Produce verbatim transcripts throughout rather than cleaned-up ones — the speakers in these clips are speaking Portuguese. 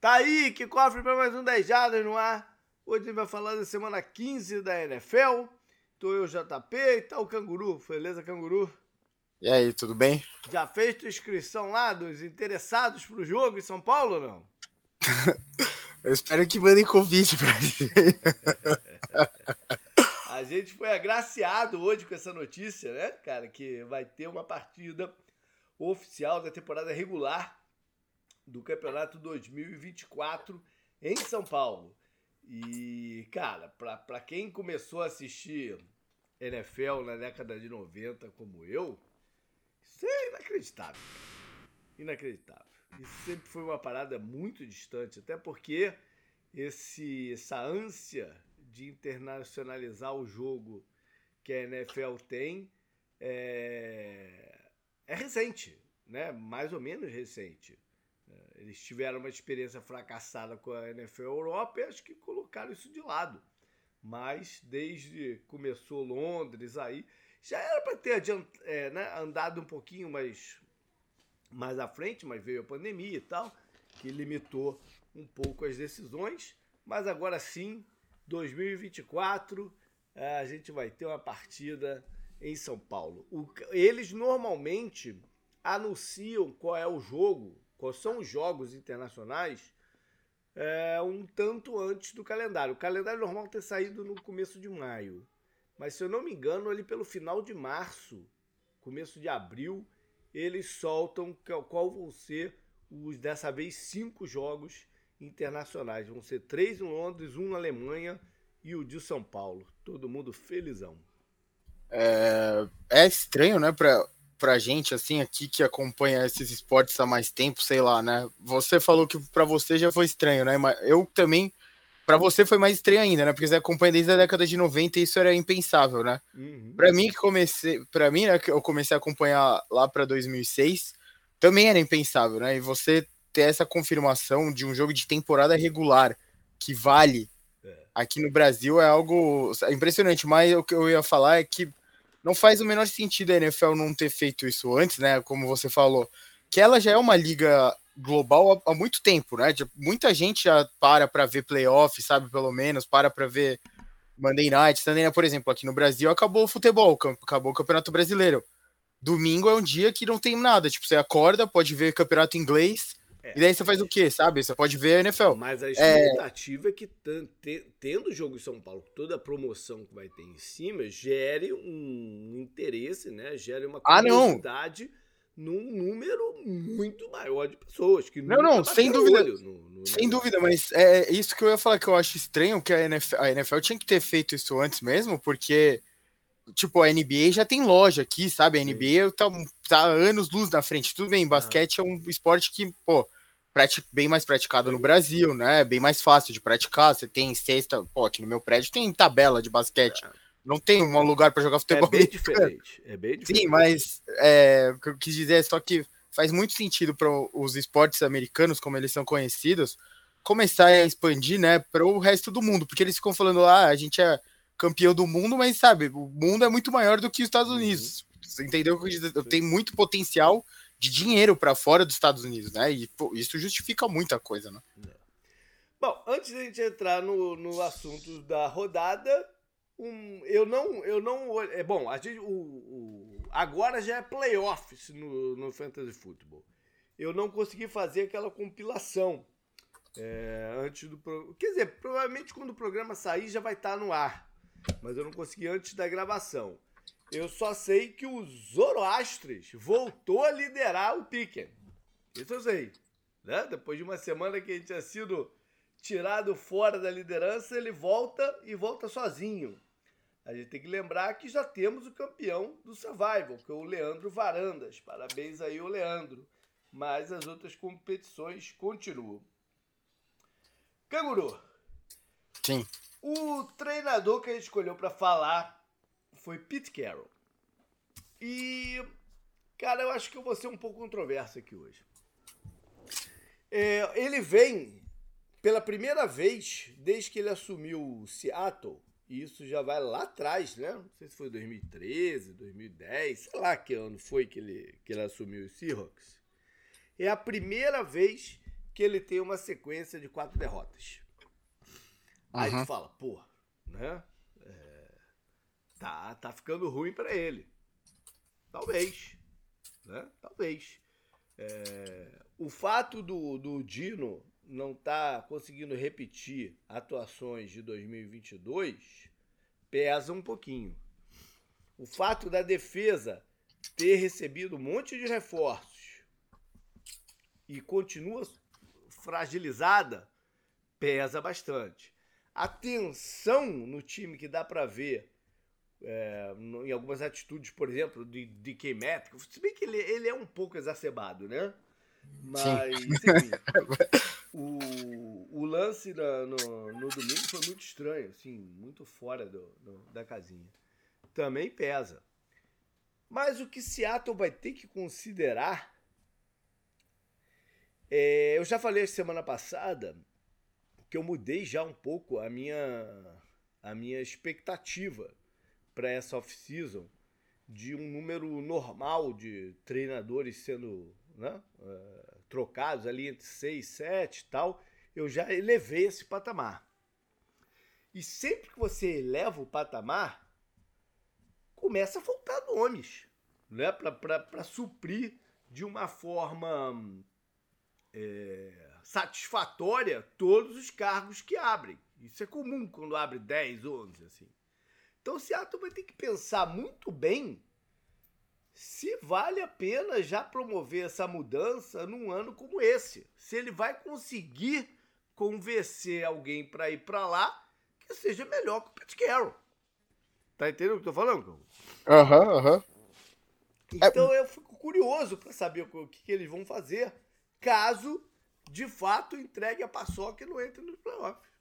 Tá aí, que cofre para mais um dez Jardas no ar. Hoje a gente vai falar da semana quinze da N F L. Tô eu, J P, e tá o Canguru. Beleza, Canguru? E aí, tudo bem? Já fez tua inscrição lá dos interessados pro jogo em São Paulo ou não? Eu espero que mandem convite pra gente. A gente foi agraciado hoje com essa notícia, né, cara? Que vai ter uma partida oficial da temporada regular do Campeonato dois mil e vinte e quatro em São Paulo. E, cara, pra, pra quem começou a assistir N F L na década de noventa como eu, isso é inacreditável. Inacreditável. Isso sempre foi uma parada muito distante, até porque esse, essa ânsia de internacionalizar o jogo que a N F L tem é, é recente, né? Mais ou menos recente. Eles tiveram uma experiência fracassada com a N F L Europa e acho que colocaram isso de lado. Mas desde que começou Londres aí, já era para ter adiant, é, né, andado um pouquinho mais, mais à frente, mas veio a pandemia e tal, que limitou um pouco as decisões. Mas agora sim, dois mil e vinte e quatro, a gente vai ter uma partida em São Paulo. O, eles normalmente anunciam qual é o jogo, quais são os jogos internacionais, é, um tanto antes do calendário. O calendário normal ter saído no começo de maio. Mas, se eu não me engano, ali pelo final de março, começo de abril, eles soltam qual vão ser os, dessa vez, cinco jogos internacionais. Vão ser três em Londres, um na Alemanha e o de São Paulo. Todo mundo felizão. É, é estranho, né, pra, pra gente, assim, aqui que acompanha esses esportes há mais tempo, sei lá, né? Você falou que pra você já foi estranho, né? Mas eu também, pra você foi mais estranho ainda, né? Porque você acompanha desde a década de noventa e isso era impensável, né? Uhum. Pra mim, que comecei, pra mim, né, que eu comecei a acompanhar lá pra dois mil e seis, também era impensável, né? E você ter essa confirmação de um jogo de temporada regular que vale aqui no Brasil é algo impressionante. Mas o que eu ia falar é que não faz o menor sentido a N F L não ter feito isso antes, né? Como você falou, que ela já é uma liga global há, há muito tempo, né? Muita gente já para para ver playoff, sabe? Pelo menos, para para ver Monday Night, Sunday Night, por exemplo. Aqui no Brasil acabou o futebol, acabou o Campeonato Brasileiro. Domingo é um dia que não tem nada. Tipo, você acorda, pode ver campeonato inglês, É, e daí você faz o quê, sabe? Você pode ver a N F L. Mas a É, expectativa é, é que, tendo o jogo em São Paulo, toda a promoção que vai ter em cima, gere um interesse, né? Gere uma ah, não. curiosidade num número muito maior de pessoas que Não, nunca não, sem bateram o dúvida. olho no, no Sem negócio. dúvida, mas é isso que eu ia falar que eu acho estranho, que a N F L, a N F L tinha que ter feito isso antes mesmo, porque, tipo, a N B A já tem loja aqui, sabe? A Sim. N B A tá, tá anos luz na frente. Tudo bem, basquete Aham. é um esporte que, pô, prati- bem mais praticado no Brasil, né? Bem mais fácil de praticar. Você tem cesta, pô, aqui no meu prédio tem tabela de basquete. Não tem um lugar para jogar É futebol bem americano. diferente. É bem diferente. Sim, mas é, o que eu quis dizer é só que faz muito sentido para os esportes americanos, como eles são conhecidos, começar a expandir, né, para o resto do mundo, porque eles ficam falando, ah, a gente é campeão do mundo, mas sabe, o mundo é muito maior do que os Estados Unidos. Uhum. Você entendeu o que eu quis dizer? Tem muito potencial de dinheiro para fora dos Estados Unidos, né? E pô, isso justifica muita coisa, né? Bom, antes de a gente entrar no, no assunto da rodada, um, eu não, eu não, é bom, a gente, o, o, agora já é playoffs no, no Fantasy Football. Eu não consegui fazer aquela compilação é, antes do programa. Quer dizer, provavelmente quando o programa sair já vai estar no ar, mas eu não consegui antes da gravação. Eu só sei que o Zoroastres voltou a liderar o Piquen. Isso eu sei. Né? Depois de uma semana que a gente tinha sido tirado fora da liderança, ele volta e volta sozinho. A gente tem que lembrar que já temos o campeão do Survival, que é o Leandro Varandas. Parabéns aí ao Leandro. Mas as outras competições continuam. Canguru. Sim. O treinador que a gente escolheu para falar foi Pete Carroll. E, cara, eu acho que eu vou ser um pouco controverso aqui hoje. É, ele vem pela primeira vez desde que ele assumiu o Seattle, e isso já vai lá atrás, né? Não sei se foi dois mil e treze, dois mil e dez, sei lá que ano foi que ele, que ele assumiu o Seahawks. É a primeira vez que ele tem uma sequência de quatro derrotas. Aí Uhum. tu fala, pô, né? É, tá, tá ficando ruim pra ele. Talvez, né? Talvez. É, o fato do, do Dino não tá conseguindo repetir atuações de dois mil e vinte e dois pesa um pouquinho. O fato da defesa ter recebido um monte de reforços e continua fragilizada pesa bastante. A tensão no time que dá para ver é, em algumas atitudes, por exemplo, de D K Metcalf, se bem que ele, ele é um pouco exacerbado, né? Sim. Mas, enfim, o, o lance na, no, no domingo foi muito estranho, assim, muito fora do, do, da casinha. Também pesa. Mas o que Seattle vai ter que considerar, é, eu já falei semana passada que eu mudei já um pouco a minha, a minha expectativa para essa off-season de um número normal de treinadores sendo, né, uh, trocados ali entre seis, sete e tal. Eu já elevei esse patamar. E sempre que você eleva o patamar, começa a faltar nomes, né, para suprir de uma forma é, satisfatória todos os cargos que abrem. Isso é comum quando abre dez, onze, assim. Então o Seattle vai ter que pensar muito bem se vale a pena já promover essa mudança num ano como esse. Se ele vai conseguir convencer alguém para ir para lá que seja melhor que o Pete Carroll. Tá entendendo o que eu tô falando? Aham, uhum, aham. Uhum. Então é... eu fico curioso para saber o que, que eles vão fazer caso, de fato, entregue a paçoca e não entre nos playoffs.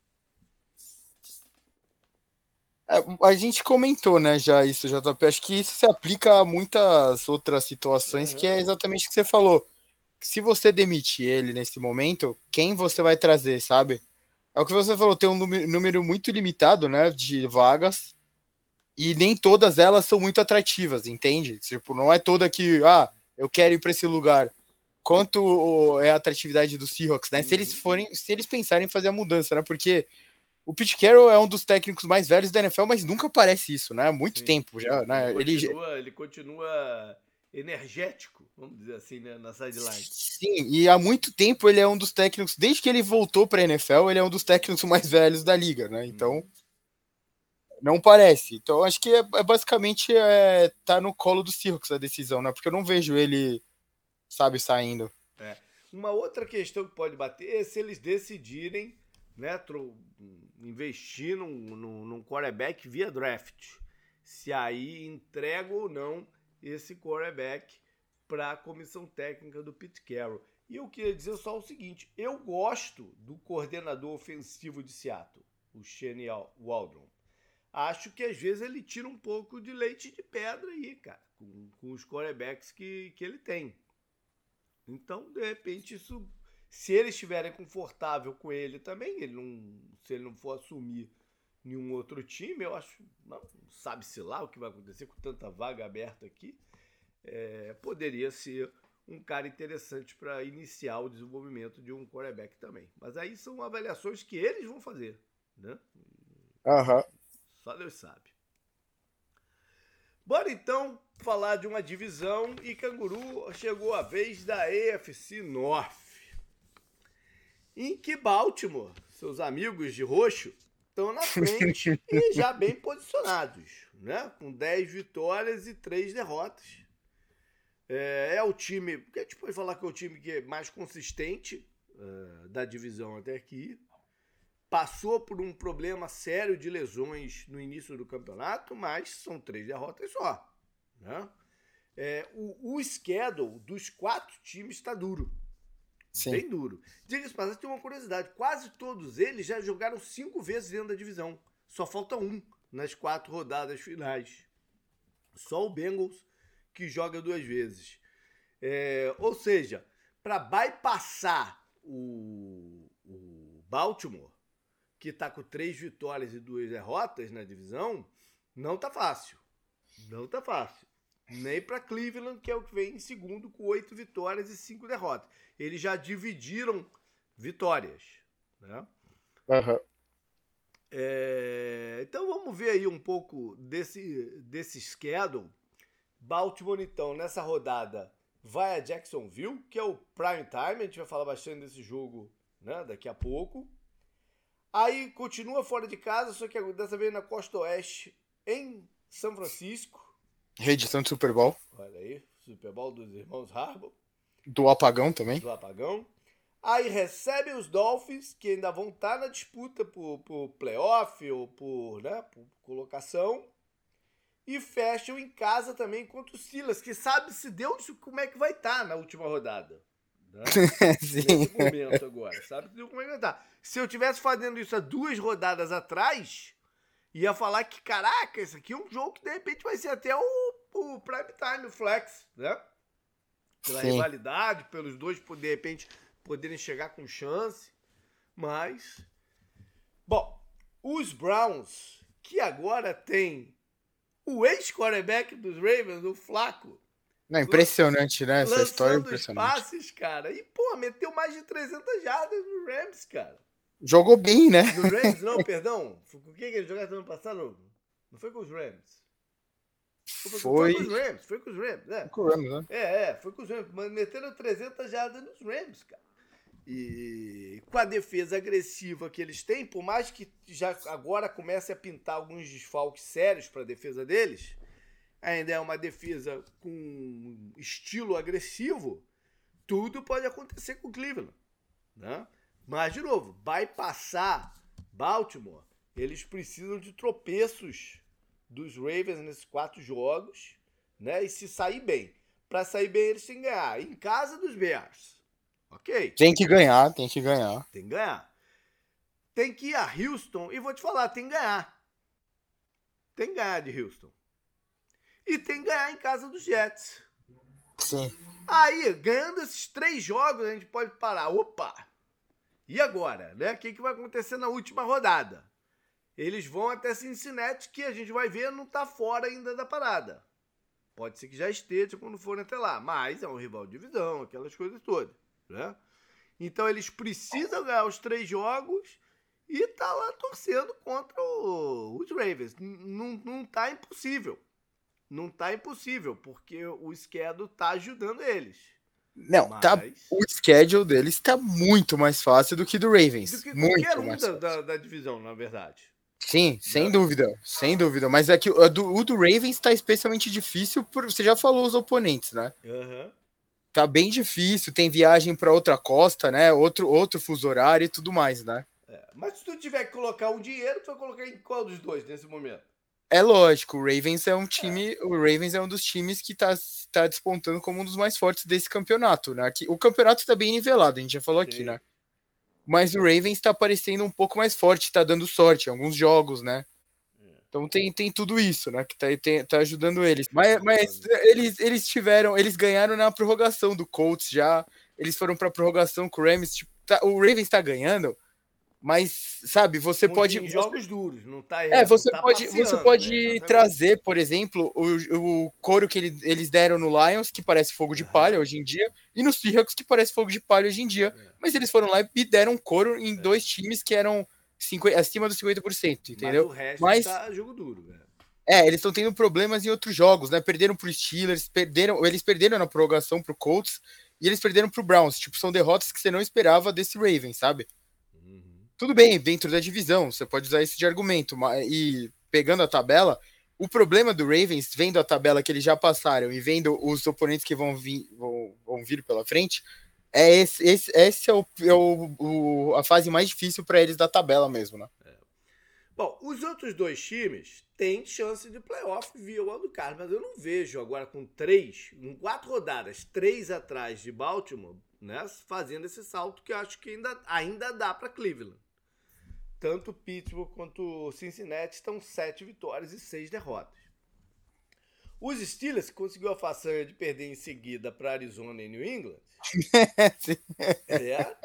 É, a gente comentou, né, já isso, J P. Acho que isso se aplica a muitas outras situações, uhum. Que é exatamente o que você falou. Se você demitir ele nesse momento, quem você vai trazer, sabe? É o que você falou, tem um número muito limitado, né, de vagas, e nem todas elas são muito atrativas, entende? Tipo, não é toda que, ah, eu quero ir para esse lugar. Quanto é a atratividade dos Seahawks, né? Uhum. Se eles forem, se eles pensarem em fazer a mudança, né? Porque o Pete Carroll é um dos técnicos mais velhos da N F L, mas nunca parece isso, né? Há muito Sim. tempo já, né? Ele continua, ele... ele continua energético, vamos dizer assim, né? Na sideline. Sim, e há muito tempo ele é um dos técnicos, desde que ele voltou para a N F L, ele é um dos técnicos mais velhos da liga, né? Então, hum. não parece. Então, acho que é, é basicamente é, tá no colo do Seahawks a decisão, né? Porque eu não vejo ele, sabe, saindo. É. Uma outra questão que pode bater é se eles decidirem, né, tro... investir num, num, num quarterback via draft. Se aí entrega ou não esse quarterback para a comissão técnica do Pete Carroll. E eu queria dizer só o seguinte, eu gosto do coordenador ofensivo de Seattle, o Shane Waldron. Acho que às vezes ele tira um pouco de leite de pedra aí, cara, com, com os quarterbacks que, que ele tem. Então, de repente, isso, se ele estiverem confortável com ele também, ele não, se ele não for assumir nenhum outro time, eu acho, não sabe-se lá o que vai acontecer com tanta vaga aberta aqui, é, poderia ser um cara interessante para iniciar o desenvolvimento de um quarterback também. Mas aí são avaliações que eles vão fazer, né? Aham. Uhum. Só Deus sabe. Bora então falar de uma divisão e Canguru chegou a vez da A F C North, em que Baltimore, seus amigos de roxo, estão na frente e já bem posicionados, né? Com dez vitórias e três derrotas. É, é o time, porque a gente pode falar que é o time que é mais consistente uh, da divisão até aqui. Passou por um problema sério de lesões no início do campeonato, mas são três derrotas só, né? É, o, o schedule dos quatro times está duro. Sim. Bem duro. Diga-se, mas tem uma curiosidade. Quase todos eles já jogaram cinco vezes dentro da divisão. Só falta um nas quatro rodadas finais. Só o Bengals que joga duas vezes. É, ou seja, para bypassar o, o Baltimore, que está com três vitórias e duas derrotas na divisão, não tá fácil. Não tá fácil. Nem para Cleveland, que é o que vem em segundo, com oito vitórias e cinco derrotas. Eles já dividiram vitórias, né? Uhum. É, então vamos ver aí um pouco desse, desse schedule. Baltimore, então, nessa rodada vai a Jacksonville, que é o prime time, a gente vai falar bastante desse jogo, né, daqui a pouco. Aí continua fora de casa, só que dessa vez na costa oeste, em São Francisco. Reedição do Super Bowl. Olha aí, Super Bowl dos irmãos Harbaugh. Do apagão também. Do apagão. Aí recebe os Dolphins, que ainda vão estar na disputa por, por playoff ou por, né, por colocação. E fecham em casa também contra o Steelers, que sabe-se Deus como é que vai estar na última rodada. Né? Nesse momento agora. Sabe-se Deus como é que vai estar. Se eu tivesse fazendo isso há duas rodadas atrás, ia falar que, caraca, esse aqui é um jogo que de repente vai ser até o, o prime time, o flex, né? Pela Sim. rivalidade, pelos dois, de repente, poderem chegar com chance. Mas, bom, os Browns, que agora tem o ex-quarterback dos Ravens, o Flacco. Não, impressionante, né? Essa história é Lançando os impressionante. passes, cara. E, pô, meteu mais de trezentas jardas no Rams, cara. Jogou bem, né? No Rams, não, perdão. Com o que que eles jogaram no ano passado? Não foi com os Rams. Foi, Foi. foi com os Rams, foi com os Rams, né? Com o Rams, né? É, é, foi com os Rams. Mas meteram trezentas jardas nos Rams, cara. E com a defesa agressiva que eles têm, por mais que já agora comece a pintar alguns desfalques sérios para a defesa deles, ainda é uma defesa com estilo agressivo, tudo pode acontecer com o Cleveland, né? Mas, de novo, vai passar Baltimore, eles precisam de tropeços dos Ravens nesses quatro jogos, né? E se sair bem. Para sair bem, eles têm que ganhar em casa dos Bears. Ok? Tem que ganhar, tem que ganhar. Tem que ganhar. Tem que ir a Houston e vou te falar, tem que ganhar. Tem que ganhar de Houston. E tem que ganhar em casa dos Jets. Sim. Aí, ganhando esses três jogos, a gente pode parar. Opa! E agora, né? O que, que vai acontecer na última rodada? Eles vão até Cincinnati, que a gente vai ver não tá fora ainda da parada. Pode ser que já esteja quando forem até lá, mas é um rival de divisão, aquelas coisas todas, né? Então eles precisam ganhar os três jogos e tá lá torcendo contra o, os Ravens. Não, não tá impossível. Não tá impossível, porque o schedule tá ajudando eles. Não, Mas... tá, o schedule deles tá muito mais fácil do que do Ravens. do que muito qualquer um mais da, fácil. da, da divisão, na verdade. Sim, sem Não. dúvida, sem dúvida. Mas é que o do, o do Ravens tá especialmente difícil, por, você já falou os oponentes, né? Uhum. Tá bem difícil, tem viagem para outra costa, né? Outro, outro fuso horário e tudo mais, né? É, mas se tu tiver que colocar um dinheiro, tu vai colocar em qual dos dois nesse momento? É lógico, o Ravens é um time, é. o Ravens é um dos times que tá, tá despontando como um dos mais fortes desse campeonato, né? Que, o campeonato tá bem nivelado, a gente já falou Sim. aqui, né? Mas o Ravens tá parecendo um pouco mais forte, tá dando sorte em alguns jogos, né? Então tem, tem tudo isso, né? Que tá, tem, tá ajudando eles. Mas, mas eles, eles tiveram, eles ganharam na prorrogação do Colts já. Eles foram pra prorrogação com o Rams. Tipo, tá, o Ravens tá ganhando, mas, sabe, você Com pode. Em jogos duros, não tá É, você tá pode, você pode né? trazer, por exemplo, o, o coro que ele, eles deram no Lions, que parece fogo de uhum. palha hoje em dia, e no Seahawks, que parece fogo de palha hoje em dia. É. Mas eles foram lá e deram coro em é. dois times que eram cinquenta, acima dos cinquenta por cento, entendeu? Mas o resto Mas, tá jogo duro, velho. É, eles estão tendo problemas em outros jogos, né? Perderam pro Steelers, perderam, eles perderam na prorrogação pro Colts, e eles perderam pro Browns. Tipo, são derrotas que você não esperava desse Ravens, sabe? Tudo bem, dentro da divisão, você pode usar isso de argumento, mas, e pegando a tabela, o problema do Ravens, vendo a tabela que eles já passaram e vendo os oponentes que vão vir, vão, vão vir pela frente, é esse, esse, esse é, o, é o, o, a fase mais difícil para eles da tabela mesmo, né? É. Bom, os outros dois times têm chance de playoff via wildcard, mas eu não vejo agora com três, com quatro rodadas, três atrás de Baltimore, né, fazendo esse salto que eu acho que ainda, ainda dá para Cleveland. Tanto Pittsburgh quanto Cincinnati estão sete vitórias e seis derrotas. Os Steelers conseguiu a façanha de perder em seguida para Arizona e New England. é,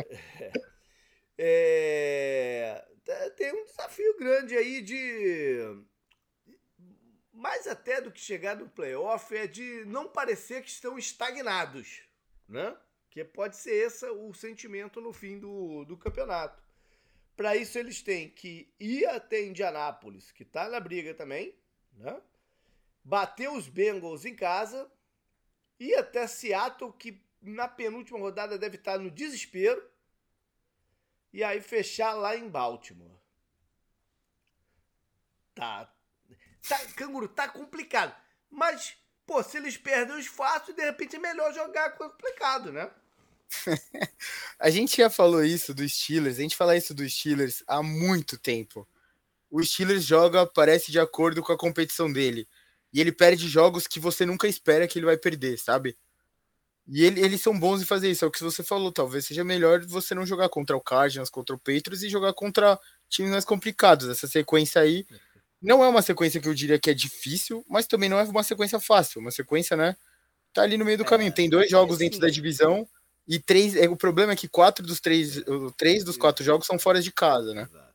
é, é, tem um desafio grande aí de... mais até do que chegar no playoff, é de não parecer que estão estagnados, né? Que pode ser esse o sentimento no fim do, do campeonato. Para isso, eles têm que ir até Indianápolis, que está na briga também, né? Bater os Bengals em casa, ir até Seattle, que na penúltima rodada deve estar no desespero, e aí fechar lá em Baltimore. Tá, tá Canguru, tá complicado. Mas, pô, se eles perdem os fáceis, de repente é melhor jogar complicado, né? A gente já falou isso dos Steelers, a gente fala isso dos Steelers há muito tempo. O Steelers joga, parece, de acordo com a competição dele. E ele perde jogos que você nunca espera que ele vai perder, sabe? E ele, eles são bons em fazer isso, é o que você falou. Talvez seja melhor você não jogar contra o Cardinals, contra o Patriots e jogar contra times mais complicados. Essa sequência aí não é uma sequência que eu diria que é difícil, mas também não é uma sequência fácil. Uma sequência, né? Tá ali no meio do É, caminho. Tem dois jogos assim, dentro da divisão. E três, é, o problema é que quatro dos três, três dos quatro jogos são fora de casa, né? Exato.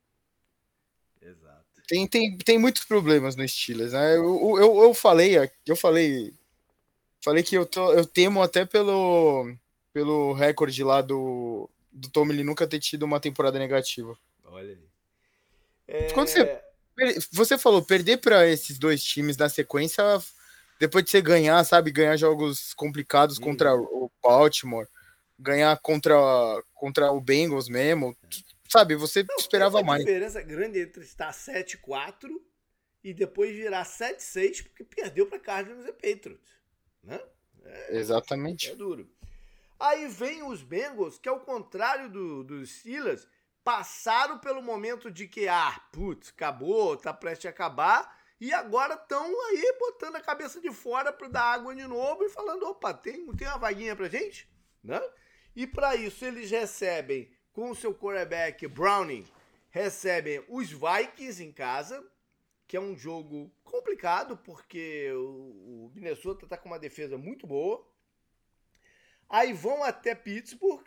Exato. Tem, tem, tem muitos problemas no Steelers, né? Eu, eu, eu falei, eu falei, falei que eu, tô, eu temo até pelo, pelo recorde lá do, do Tomlin, ele nunca ter tido uma temporada negativa. Olha aí. É... Quando você, você falou, perder para esses dois times na sequência, depois de você ganhar, sabe, ganhar jogos complicados hum. contra o Baltimore, ganhar contra, contra o Bengals mesmo, sabe, você não, esperava mais. Tem uma diferença grande entre estar sete a quatro e depois virar sete a seis porque perdeu para Cardinals e Patriots, né? É, Exatamente. É duro. Aí vem os Bengals, que ao contrário do, dos Steelers, passaram pelo momento de que, ah, putz, acabou, tá prestes a acabar, e agora estão aí botando a cabeça de fora para dar água de novo e falando, opa, tem, tem uma vaguinha pra gente? Né? E para isso eles recebem, com o seu quarterback Browning, recebem os Vikings em casa, que é um jogo complicado, porque o, o Minnesota tá com uma defesa muito boa. Aí vão até Pittsburgh,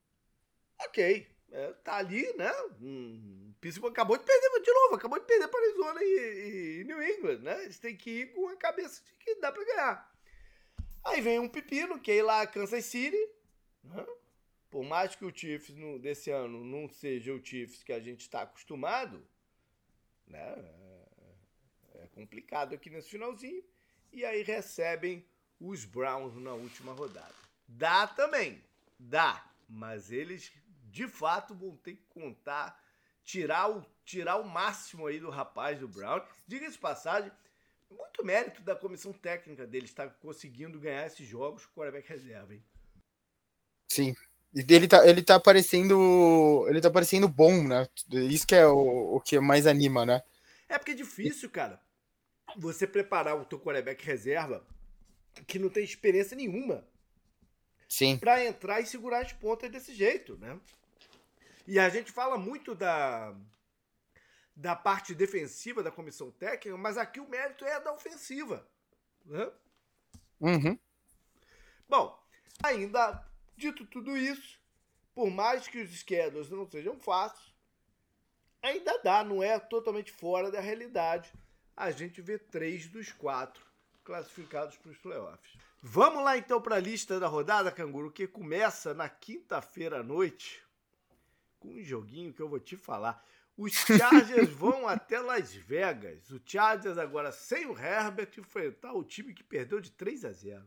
ok, é, tá ali, né? Hum, Pittsburgh acabou de perder de novo, acabou de perder para Arizona e, e New England, né? Eles têm que ir com a cabeça de que dá para ganhar. Aí vem um pepino, que é ir lá a Kansas City, né? Por mais que o Chiefs no, desse ano não seja o Chiefs que a gente está acostumado, né? É, é complicado aqui nesse finalzinho. E aí recebem os Browns na última rodada. Dá também, dá, mas eles de fato vão ter que contar, tirar o, tirar o máximo aí do rapaz do Brown. Diga-se de passagem, muito mérito da comissão técnica deles estar conseguindo ganhar esses jogos com o quarterback reserva, hein? Sim, ele tá, ele tá parecendo, ele tá parecendo bom, né? Isso que é o, o que mais anima, né? É porque é difícil, cara, você preparar o teu quarterback reserva que não tem experiência nenhuma. Sim. Para entrar e segurar as pontas desse jeito, né? E a gente fala muito da, da parte defensiva da comissão técnica, mas aqui o mérito é da ofensiva, né? Uhum. Bom, ainda dito tudo isso, por mais que os schedules não sejam fáceis, ainda dá, não é totalmente fora da realidade a gente vê três dos quatro classificados para os playoffs. Vamos lá então para a lista da rodada, Canguru, que começa na quinta-feira à noite com um joguinho que eu vou te falar. Os Chargers vão até Las Vegas. O Chargers agora sem o Herbert enfrentar o time que perdeu de três a zero.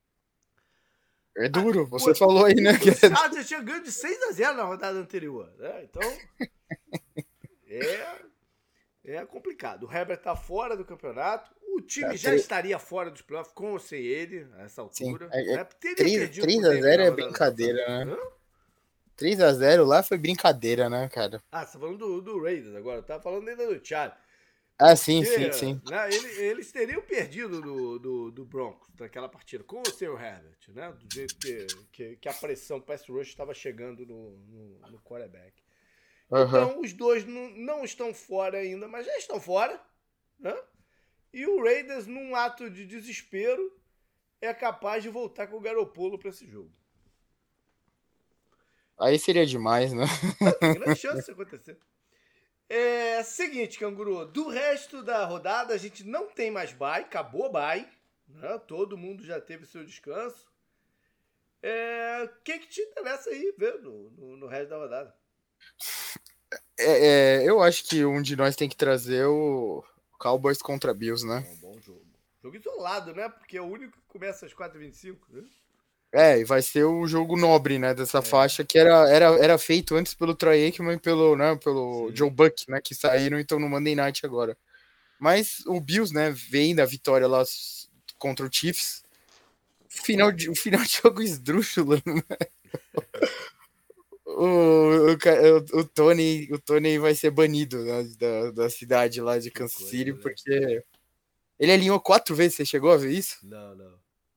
É duro, você o, falou aí, né? O Chargers tinha ganho de seis a zero na rodada anterior, né? Então, é, é complicado. O Herbert tá fora do campeonato. O time é, já três... estaria fora dos playoffs com ou sem ele, a essa altura. Sim, é, né? três a zero é brincadeira, né? Hã? três a zero lá foi brincadeira, né, cara? Ah, você tá falando do, do Raiders agora. Eu tava falando ainda do Chargers. Ah, sim, Porque, sim, sim. Né, eles, eles teriam perdido do, do, do Broncos naquela partida, com o seu Herbert, né? Do jeito que, que, que a pressão pass rush estava chegando no, no, no quarterback. Uhum. Então, os dois não, não estão fora ainda, mas já estão fora, né? E o Raiders, num ato de desespero, é capaz de voltar com o Garoppolo para esse jogo. Aí seria demais, né? Tem grande chance disso acontecer. É seguinte, Canguru, do resto da rodada a gente não tem mais bye, acabou bye, né? Todo mundo já teve seu descanso. É, o que, que te interessa aí ver no, no, no resto da rodada? É, é, eu acho que um de nós tem que trazer o Cowboys contra Bills, né? É um bom jogo. Jogo isolado, né? Porque é o único que começa às quatro e vinte e cinco, né? É, e vai ser o jogo nobre, né, dessa É. faixa que era, era, era feito antes pelo Troy Aikman e pelo, né, pelo Sim. Joe Buck, né, que saíram então no Monday Night agora. Mas o Bills, né, vem da vitória lá contra o Chiefs. Final de, o final de jogo esdrúxulo, né? O, o, ca- o, o Tony, o Tony vai ser banido, né, da, da cidade lá de Que Kansas coisa, City, né? porque ele alinhou quatro vezes, você chegou a ver isso? Não, não.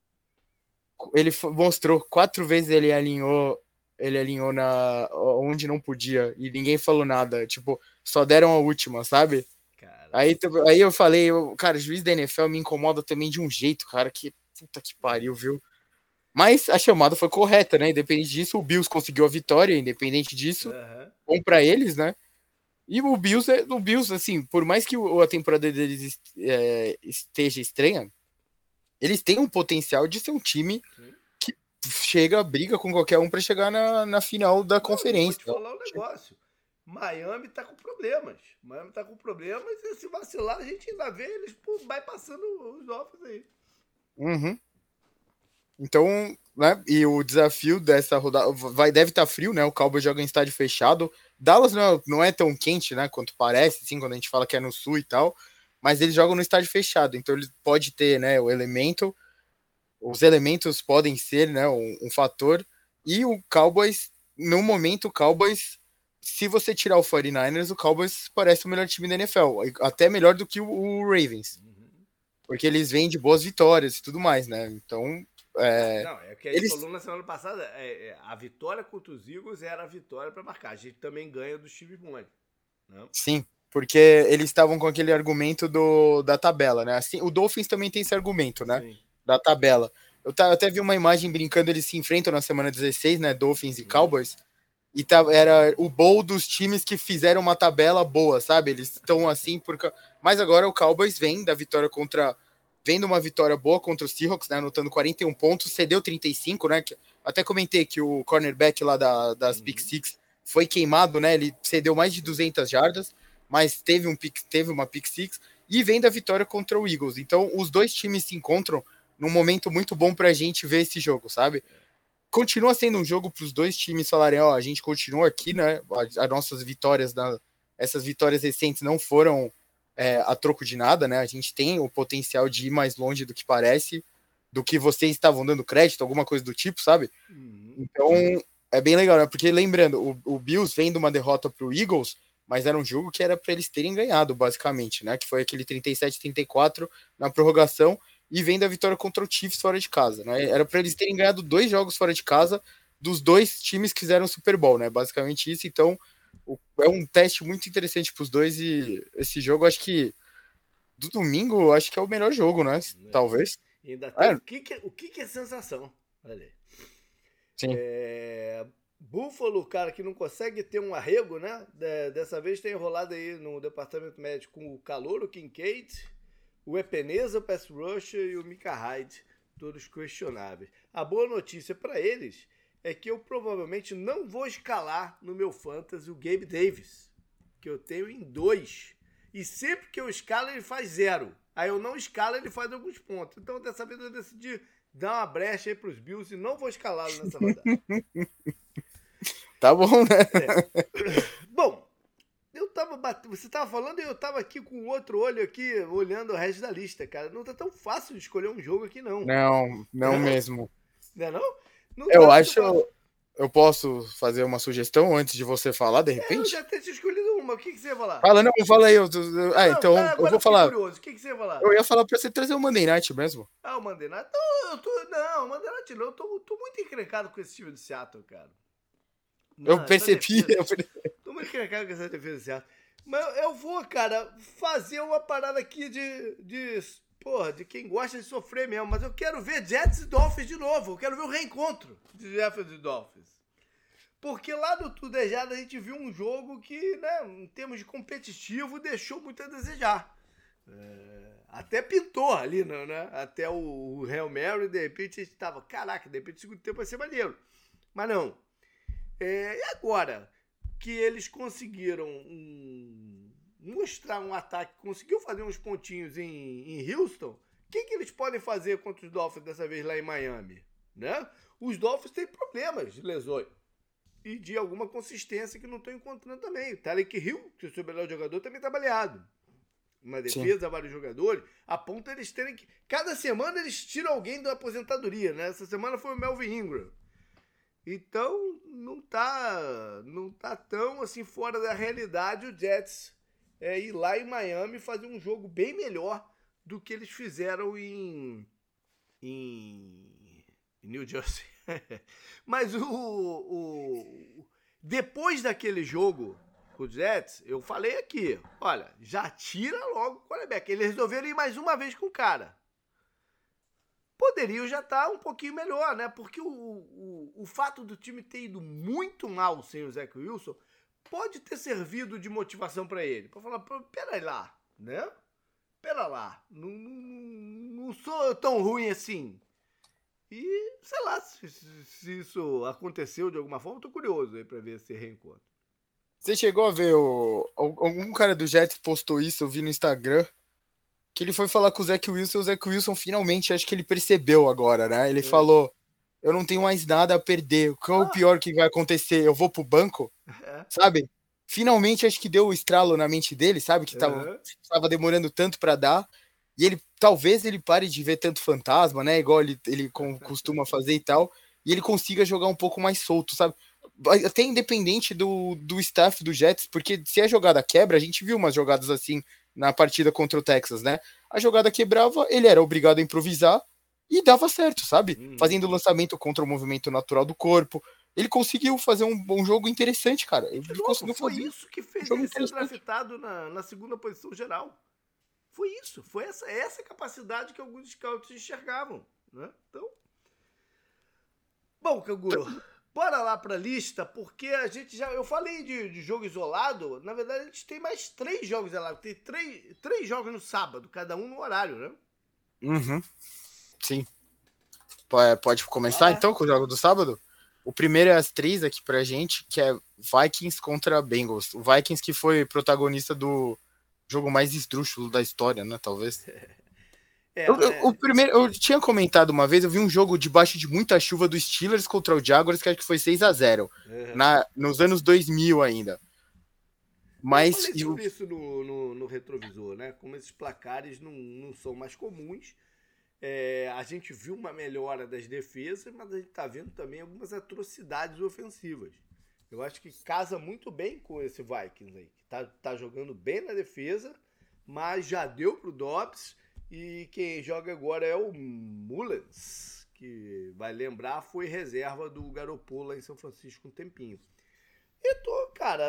Ele fo- mostrou quatro vezes ele alinhou, ele alinhou na onde não podia e ninguém falou nada, tipo, só deram a última, sabe? Cara, Aí, tu- aí eu falei, eu, cara, o juiz da N F L me incomoda também de um jeito, cara, que puta que pariu, viu? Mas a chamada foi correta, né? Independente disso, o Bills conseguiu a vitória, independente disso, aham. bom pra eles, né? E o Bills, é, o Bills, assim, por mais que o- a temporada deles est- é, esteja estranha, eles têm um potencial de ser um time Sim. que chega, briga com qualquer um pra chegar na, na final da Não, e vou conferência. te falar um negócio. Miami tá com problemas. Miami tá com problemas e se vacilar, a gente ainda vê eles pô, vai passando os Dolphins aí. Uhum. Então, né? E o desafio dessa rodada vai, deve estar frio, né? O Cowboys joga em estádio fechado. Dallas não é, não é tão quente, né? Quanto parece, assim, quando a gente fala que é no sul e tal. Mas eles jogam no estádio fechado, então ele pode ter, né? O elemento, os elementos podem ser, né? Um, um fator. E o Cowboys, no momento, o Cowboys, se você tirar o quarenta e nine ers, o Cowboys parece o melhor time da N F L, até melhor do que o, o Ravens, Uhum. porque eles vêm de boas vitórias e tudo mais, né? Então, é, Não, é o que a gente eles falou na semana passada. É, é, a vitória contra os Eagles era a vitória pra marcar. A gente também ganha dos times bons. Né? sim, porque eles estavam com aquele argumento do, da tabela, né? Assim, o Dolphins também tem esse argumento, né? Sim. Da tabela. Eu, tá, eu até vi uma imagem brincando, eles se enfrentam na semana dezesseis, né? Dolphins e Uhum. Cowboys. E tá, era o bowl dos times que fizeram uma tabela boa, sabe? Eles estão assim por. Mas agora o Cowboys vem da vitória contra. Vem de uma vitória boa contra os Seahawks, né? Anotando quarenta e um pontos, cedeu trinta e cinco, né? Até comentei que o cornerback lá da, das Uhum. Pick Six foi queimado, né? Ele cedeu mais de duzentas jardas, mas teve, um pick, teve uma Pick Six e vem da vitória contra o Eagles. Então, os dois times se encontram num momento muito bom pra gente ver esse jogo, sabe? Continua sendo um jogo para os dois times falarem, ó, a gente continua aqui, né? As nossas vitórias, na, essas vitórias recentes não foram é, a troco de nada, né? A gente tem o potencial de ir mais longe do que parece, do que vocês estavam dando crédito, alguma coisa do tipo, sabe? Uhum. Então é bem legal, né? Porque lembrando, o, o Bills vem de uma derrota para o Eagles, mas era um jogo que era para eles terem ganhado, basicamente, né? Que foi aquele trinta e sete a trinta e quatro na prorrogação e vem da vitória contra o Chiefs fora de casa, né? Era para eles terem ganhado dois jogos fora de casa dos dois times que fizeram o Super Bowl, né? Basicamente isso. Então o, é um teste muito interessante para os dois e esse jogo acho que do domingo acho que é o melhor jogo, né? É. Talvez. E ainda tem É, o que, que, o que, que é sensação. Olha aí. sim. É, Buffalo, cara, que não consegue ter um arrego, né? De, dessa vez tem enrolado aí no departamento médico com o Calor, o Kincaid, o Epeneza, o Pass Rusher e o Micah Hyde, todos questionáveis. A boa notícia para eles é que eu provavelmente não vou escalar no meu fantasy o Gabe Davis, que eu tenho em dois. E sempre que eu escalo, ele faz zero. Aí eu não escalo, ele faz alguns pontos. Então dessa vez eu decidi dar uma brecha aí pros Bills e não vou escalá-lo nessa rodada. Tá bom, né? É. Bom, eu tava batendo, você tava falando e eu tava aqui com outro olho aqui, olhando o resto da lista, cara. Não tá tão fácil de escolher um jogo aqui, não. Não, não mesmo. Não é não? Não Eu tá acho. muito fácil. Eu posso fazer uma sugestão antes de você falar, de É, eu repente? já tinha escolhido uma. O que, que você ia falar? Fala, não, fala aí. Eu, eu- ah, Não, então cara, eu agora vou eu fiquei falar. curioso. O que, que você ia falar? Eu ia falar pra você trazer o Monday Night mesmo. Ah, o Monday Night? Não, eu tô, não, o Monday Night não. Eu tô, tô muito encrencado com esse time do Seattle, cara. Eu Não, essa percebi. defesa- Eu... Tô muito encrencado com essa defesa do Seattle. Mas eu vou, cara, fazer uma parada aqui de, de. Porra, de quem gosta de sofrer mesmo. Mas eu quero ver Jets e Dolphins de novo. Eu quero ver o reencontro de Jets e Dolphins. Porque lá no Tudejado a gente viu um jogo que, né, em termos de competitivo, deixou muito a desejar. É, até pintou ali, né? Até o, o Hail Mary, de repente a gente tava, caraca, de repente o segundo tempo vai ser maneiro. Mas não. É, e agora que eles conseguiram um, mostrar um ataque, conseguiu fazer uns pontinhos em, em Houston, o que, que eles podem fazer contra os Dolphins dessa vez lá em Miami? Né? Os Dolphins têm problemas de lesões e de alguma consistência que não estão encontrando também. O Tyreek Hill, que é o seu melhor jogador, também está baleado. Uma defesa, Sim. vários jogadores, a ponto de eles terem que... Cada semana eles tiram alguém da aposentadoria, né? Essa semana foi o Melvin Ingram. Então, não tá, não tá tão assim fora da realidade o Jets é, ir lá em Miami fazer um jogo bem melhor do que eles fizeram em, em, em New Jersey. Mas o, o depois daquele jogo com o Jets, eu falei aqui, olha, já tira logo o quarterback. Eles resolveram ir mais uma vez com o cara. Poderiam já estar um pouquinho melhor, né? Porque o, o, o fato do time ter ido muito mal sem o Zach Wilson pode ter servido de motivação para ele. Para falar, pera lá, né? Pera lá, não, não, não sou tão ruim assim. E, sei lá, se, se isso aconteceu de alguma forma, eu tô curioso aí pra ver esse reencontro. Você chegou a ver o... Algum cara do Jets postou isso, eu vi no Instagram, que ele foi falar com o Zach Wilson, o Zach Wilson finalmente, acho que ele percebeu agora, né? Ele é. falou, eu não tenho mais nada a perder, qual é o pior que vai acontecer? Eu vou pro banco? É. Sabe? Finalmente, acho que deu o estralo na mente dele, sabe? Que tava, uhum. tava demorando tanto pra dar. E ele, talvez ele pare de ver tanto fantasma, né? Igual ele, ele costuma fazer e tal. E ele consiga jogar um pouco mais solto, sabe? Até independente do, do staff do Jets, porque se a jogada quebra, a gente viu umas jogadas assim na partida contra o Texas, né? A jogada quebrava, ele era obrigado a improvisar e dava certo, sabe? Uhum. Fazendo o lançamento contra o movimento natural do corpo. Ele conseguiu fazer um bom jogo interessante, cara. Ele louco, conseguiu foi fazer isso que fez um ele ser draftado na, na segunda posição geral. Foi isso, foi essa, essa capacidade que alguns scouts enxergavam, né? Então, bom, Canguru, bora lá pra lista, porque a gente já, eu falei de, de jogo isolado, na verdade a gente tem mais três jogos isolados, tem três, três jogos no sábado, cada um no horário, né? Uhum, sim. Pode começar ah, então com o jogo do sábado? O primeiro é às três aqui pra gente, que é Vikings contra Bengals. O Vikings que foi protagonista do jogo mais esdrúxulo da história, né, talvez. É, eu, eu, o primeiro, eu tinha comentado uma vez, eu vi um jogo debaixo de muita chuva do Steelers contra o Jaguars, que acho que foi seis a zero, uhum. na, nos anos dois mil ainda. Mas, eu falei sobre eu... isso no, no, no retrovisor, né? Como esses placares não, não são mais comuns. É, a gente viu uma melhora das defesas, mas a gente tá vendo também algumas atrocidades ofensivas. Eu acho que casa muito bem com esse Vikings aí, que tá, tá jogando bem na defesa, mas já deu pro Dobbs, e quem joga agora é o Mullens, que vai lembrar, foi reserva do Garoppolo lá em São Francisco um tempinho. E tô, cara,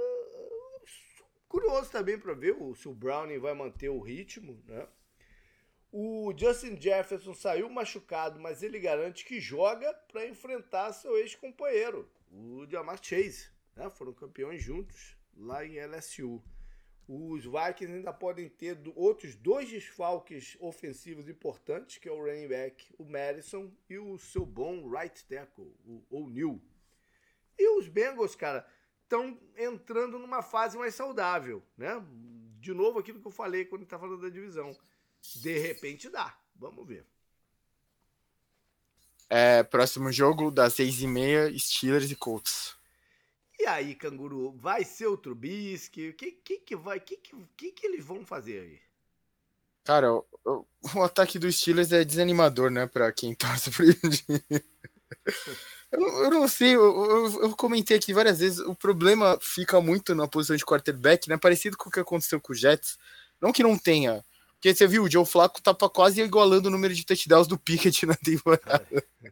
curioso também para ver se o Browning vai manter o ritmo, né? O Justin Jefferson saiu machucado, mas ele garante que joga para enfrentar seu ex-companheiro, o Ja'Marr Chase, né? Foram campeões juntos lá em L S U. Os Vikings ainda podem ter outros dois desfalques ofensivos importantes, que é o running back, o Madison, e o seu bom right tackle, o O'Neal. E os Bengals, cara, estão entrando numa fase mais saudável, né? De novo, aquilo que eu falei quando está falando da divisão. De repente dá. Vamos ver. É, próximo jogo, das seis e meia, Steelers e Colts. E aí, Canguru, vai ser o Trubisky? O que, que, que vai? O que, que, que eles vão fazer aí? Cara, o, o, o ataque dos Steelers é desanimador, né? Pra quem torce pro eu, eu não sei, eu, eu, eu comentei aqui várias vezes, o problema fica muito na posição de quarterback, né? Parecido com o que aconteceu com o Jets. Não que não tenha. Porque você viu, o Joe Flacco tá quase igualando o número de touchdowns do Pickett na temporada.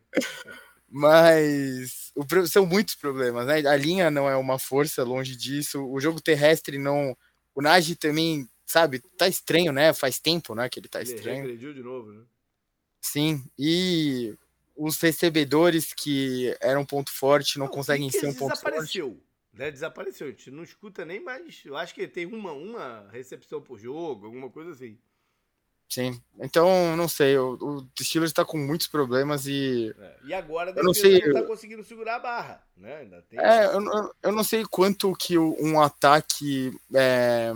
Mas o, são muitos problemas, né? A linha não é uma força, longe disso. O jogo terrestre não... O Najee também, sabe, tá estranho, né? Faz tempo, né, que ele tá estranho. Ele regrediu de novo, né? Sim, e os recebedores que eram ponto forte não, não conseguem ser um ponto desapareceu, forte. Né? Desapareceu. A gente não escuta nem mais. Eu acho que ele tem uma, uma recepção por jogo, alguma coisa assim. Sim. Então, não sei. O, o Steelers tá com muitos problemas e. É. E agora a Eu não defesa sei. não tá conseguindo segurar a barra. Né? Ainda tem... É, eu, eu- eu não sei quanto que o- um ataque. é,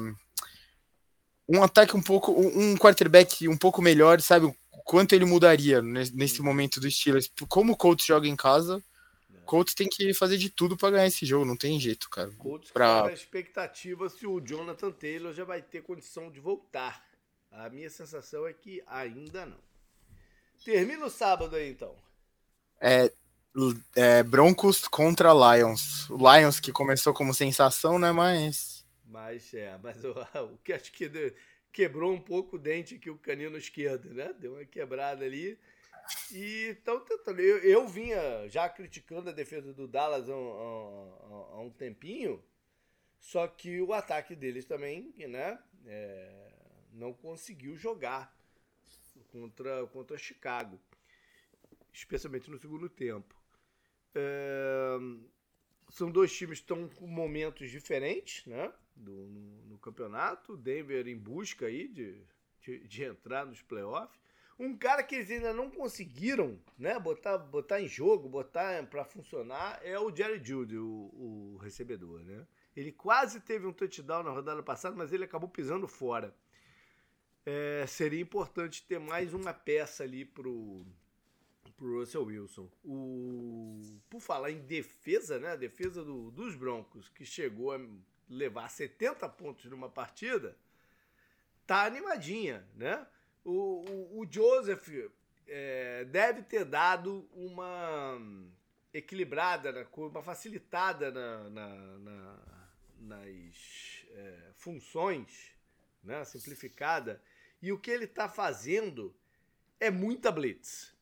um ataque um pouco. Um quarterback um pouco melhor, sabe? O quanto ele mudaria nesse, nesse Uhum. momento do Steelers. Como o Colts joga em casa, É. o Colts tem que fazer de tudo pra ganhar esse jogo. Não tem jeito, cara. Colts que Pra... tá na expectativa se o Jonathan Taylor já vai ter condição de voltar. A minha sensação é que ainda não. Termina o sábado aí, então. É, é, Broncos contra Lions. O Lions que começou como sensação, né? Mas. Mas é, mas o, o que acho que de- quebrou um pouco o dente aqui, o canino esquerdo, né? Deu uma quebrada ali. E estão tentando. Eu, eu vinha já criticando a defesa do Dallas há um, há- há um tempinho, só que o ataque deles também, né? é, não conseguiu jogar contra, contra Chicago, especialmente no segundo tempo. É, são dois times que estão com momentos diferentes, né? Do, no, no campeonato. Denver em busca aí de, de, de entrar nos playoffs. Um cara que eles ainda não conseguiram, né, botar, botar em jogo, botar para funcionar é o Jerry Jeudy, o, o recebedor, né? Ele quase teve um touchdown na rodada passada, mas ele acabou pisando fora. É, seria importante ter mais uma peça ali pro pro Russell Wilson. O, por falar em defesa, né? A defesa do, dos Broncos, que chegou a levar setenta pontos numa partida, tá animadinha, né? O, o, o Joseph é, deve ter dado uma equilibrada, né, uma facilitada na, na, na, nas é, funções, né, simplificada. E o que ele está fazendo é muita blitz.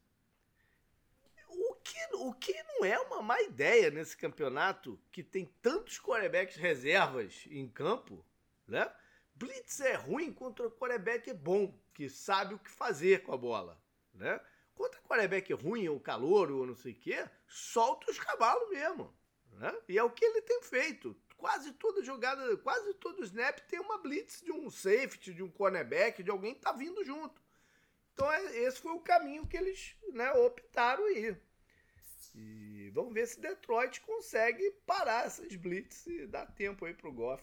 O que, o que não é uma má ideia nesse campeonato que tem tantos quarterbacks reservas em campo, né? Blitz é ruim contra o quarterback é bom, que sabe o que fazer com a bola, né? Contra o quarterback ruim, ou calor, ou não sei o quê, solta os cavalos mesmo, né? E é o que ele tem feito. Quase toda jogada, quase todo snap tem uma blitz de um safety, de um cornerback, de alguém que tá vindo junto. Então é, esse foi o caminho que eles, né, optaram aí. E vamos ver se Detroit consegue parar essas blitz e dar tempo aí pro Goff.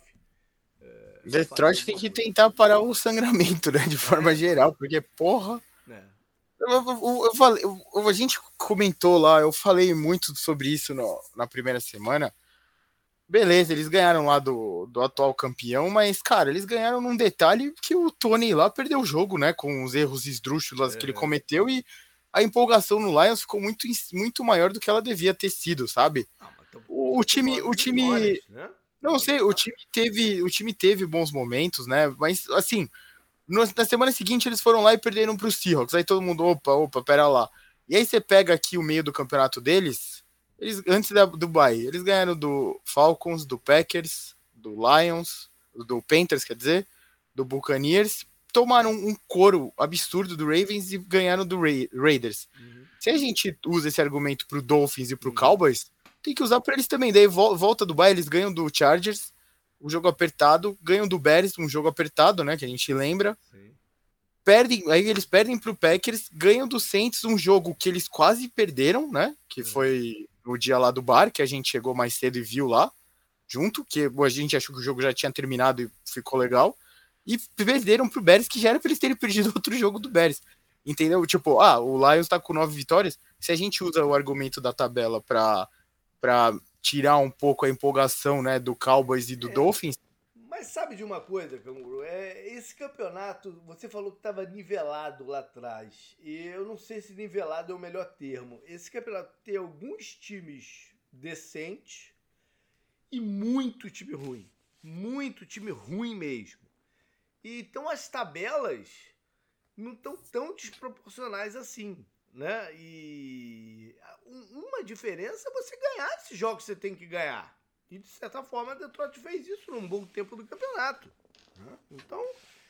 É, Detroit tem que tentar parar o sangramento, né? De forma é, geral, porque, porra. É. Eu, eu, eu falei, eu, a gente comentou lá, eu falei muito sobre isso no, na primeira semana. Beleza, eles ganharam lá do, do atual campeão, mas, cara, eles ganharam num detalhe que o Tony lá perdeu o jogo, né? Com os erros esdrúxulos É. que ele cometeu e a empolgação no Lions ficou muito, muito maior do que ela devia ter sido, sabe? Ah, tô, o, o time, o time, né? não sei, o time teve, o time teve bons momentos, né? Mas assim, no, na semana seguinte eles foram lá e perderam para os Seahawks. Aí todo mundo, opa, opa, pera lá. E aí você pega aqui o meio do campeonato deles, eles antes da, do bye, eles ganharam do Falcons, do Packers, do Lions, do Panthers, quer dizer, do Buccaneers, tomaram um couro absurdo do Ravens e ganharam do Ra Raiders. Uhum. Se a gente usa esse argumento pro Dolphins e pro uhum. Cowboys, tem que usar para eles também. Daí volta do bye, eles ganham do Chargers, um jogo apertado, ganham do Bears, um jogo apertado, né, que a gente lembra. Sim. Perdem, aí eles perdem pro Packers, ganham do Saints, um jogo que eles quase perderam, né, que uhum. foi no dia lá do bar, que a gente chegou mais cedo e viu lá, junto, que a gente achou que o jogo já tinha terminado e ficou legal, e perderam pro Bears, que já era pra eles terem perdido outro jogo do Bears, entendeu? Tipo, ah, o Lions tá com nove vitórias, se a gente usa o argumento da tabela pra, pra tirar um pouco a empolgação, né, do Cowboys e do é, Dolphins... Mas sabe de uma coisa, Canguru? É, esse campeonato, você falou que estava nivelado lá atrás, e eu não sei se nivelado é o melhor termo. Esse campeonato tem alguns times decentes e muito time ruim. Muito time ruim mesmo. E então as tabelas não estão tão desproporcionais assim, né? E uma diferença é você ganhar esses jogos que você tem que ganhar. E, de certa forma, a Detroit fez isso num bom tempo do campeonato. Então,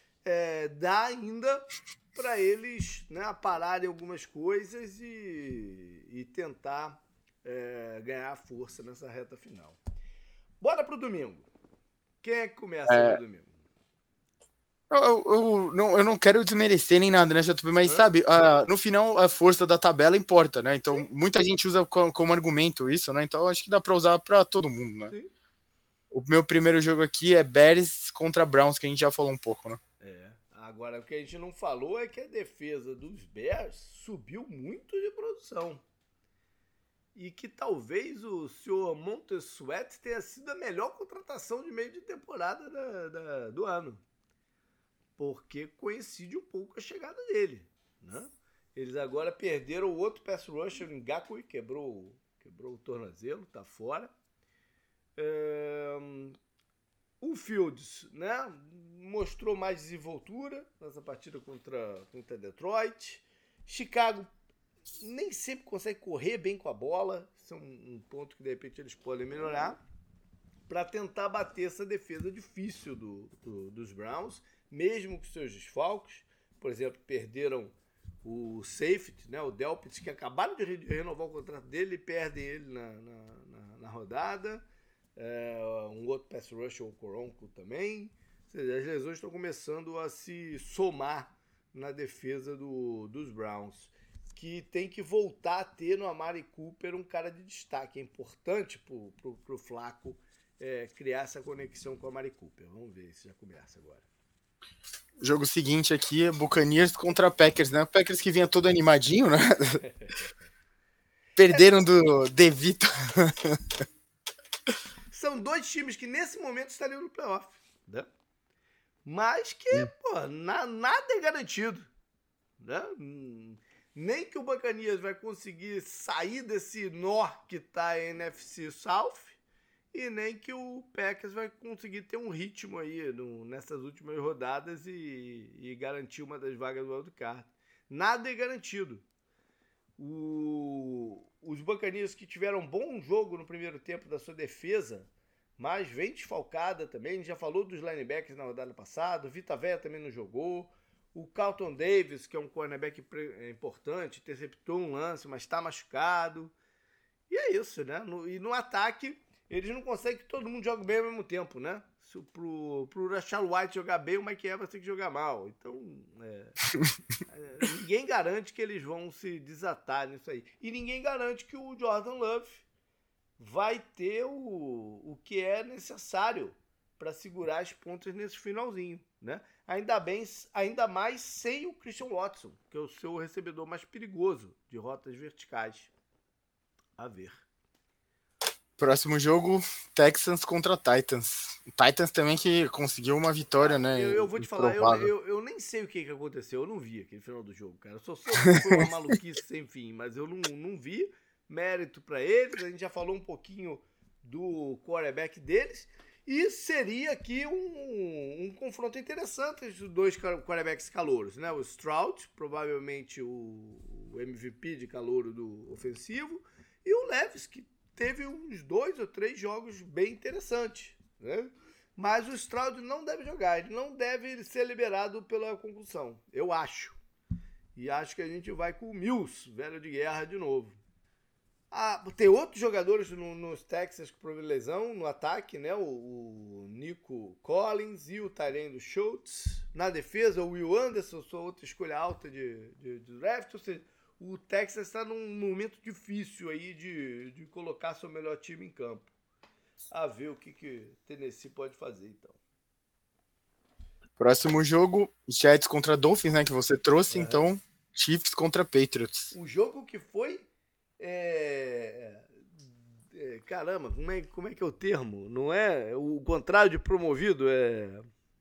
é, dá ainda para eles, né, pararem algumas coisas e, e tentar é, ganhar força nessa reta final. Bora pro domingo. Quem é que começa É... no domingo? Eu, eu, eu, não, eu não quero desmerecer nem nada, né, J P? Mas, Hã? sabe, a, no final a força da tabela importa, né? Então, Sim. muita gente usa como, como argumento isso, né? Então, acho que dá pra usar pra todo mundo, né? Sim. O meu primeiro jogo aqui é Bears contra Browns, que a gente já falou um pouco, né? É. Agora, o que a gente não falou é que a defesa dos Bears subiu muito de produção. E que talvez o senhor Montez Sweat tenha sido a melhor contratação de meio de temporada da, da, do ano. Porque coincide um pouco com a chegada dele, né? Eles agora perderam o outro pass rusher, o Ngakoue, quebrou, quebrou o tornozelo, tá fora. É... O Fields, né, mostrou mais desenvoltura nessa partida contra, contra Detroit. Chicago nem sempre consegue correr bem com a bola, isso é um, um ponto que de repente eles podem melhorar, para tentar bater essa defesa difícil do, do, dos Browns, mesmo com seus desfalques. Por exemplo, perderam o safety, né, o Delpit, que acabaram de renovar o contrato dele e perdem ele na, na, na, na rodada. É, um outro pass rusher, o Coronco também. Ou seja, as lesões estão começando a se somar na defesa do, dos Browns, que tem que voltar a ter no Amari Cooper um cara de destaque. É importante para o Flaco é, criar essa conexão com o Amari Cooper. Vamos ver se já começa agora. O jogo seguinte aqui é Buccaneers contra Packers, né? Packers que vinha todo animadinho, né? Perderam do DeVito. São dois times que nesse momento estariam no playoff, né? Mas que, hum. pô, na, nada é garantido, né? Nem que o Buccaneers vai conseguir sair desse nó que tá a N F C South, e nem que o Packers vai conseguir ter um ritmo aí no, nessas últimas rodadas e, e garantir uma das vagas do wildcard. Nada é garantido. O, os Buccaneers que tiveram um bom jogo no primeiro tempo da sua defesa, mas vem desfalcada também. A gente já falou dos linebackers na rodada passada. O Vita Vea também não jogou. O Carlton Davis, que é um cornerback importante, interceptou um lance, mas está machucado. E é isso, né? No, e no ataque, eles não conseguem que todo mundo jogue bem ao mesmo tempo, né? Se pro, pro Rashad White jogar bem, o Mike Evans tem que jogar mal. Então, é, é, ninguém garante que eles vão se desatar nisso aí. E ninguém garante que o Jordan Love vai ter o, o que é necessário para segurar as pontas nesse finalzinho, né? Ainda bem, ainda mais sem o Christian Watson, que é o seu recebedor mais perigoso de rotas verticais. A ver. Próximo jogo, Texans contra Titans. O Titans também que conseguiu uma vitória, ah, né? Eu, eu vou te falar, eu, eu, eu nem sei o que, que aconteceu. Eu não vi aquele final do jogo, cara. Eu só soube que foi uma maluquice sem fim, mas eu não, não vi. Mérito para eles. A gente já falou um pouquinho do quarterback deles. E seria aqui um, um confronto interessante entre os dois quarterbacks calouros, né? O Stroud, provavelmente o, o M V P de calouro do ofensivo, e o Levis, que teve uns dois ou três jogos bem interessantes, né? Mas o Stroud não deve jogar, ele não deve ser liberado pela concussão, eu acho. E acho que a gente vai com o Mills, velho de guerra, de novo. Ah, tem outros jogadores no, nos Texas com lesão no ataque, né? O, o Nico Collins e o Tyrande Schultz. Na defesa, o Will Anderson, sua outra escolha alta de, de, de draft. Ou seja, o Texas está num momento difícil aí de, de colocar seu melhor time em campo. A ver o que que Tennessee pode fazer, então. Próximo jogo, Jets contra Dolphins, né? Que você trouxe, é. Então, Chiefs contra Patriots. Um jogo que foi... É, é, caramba, como é, como é que é o termo? Não é o contrário de promovido, é...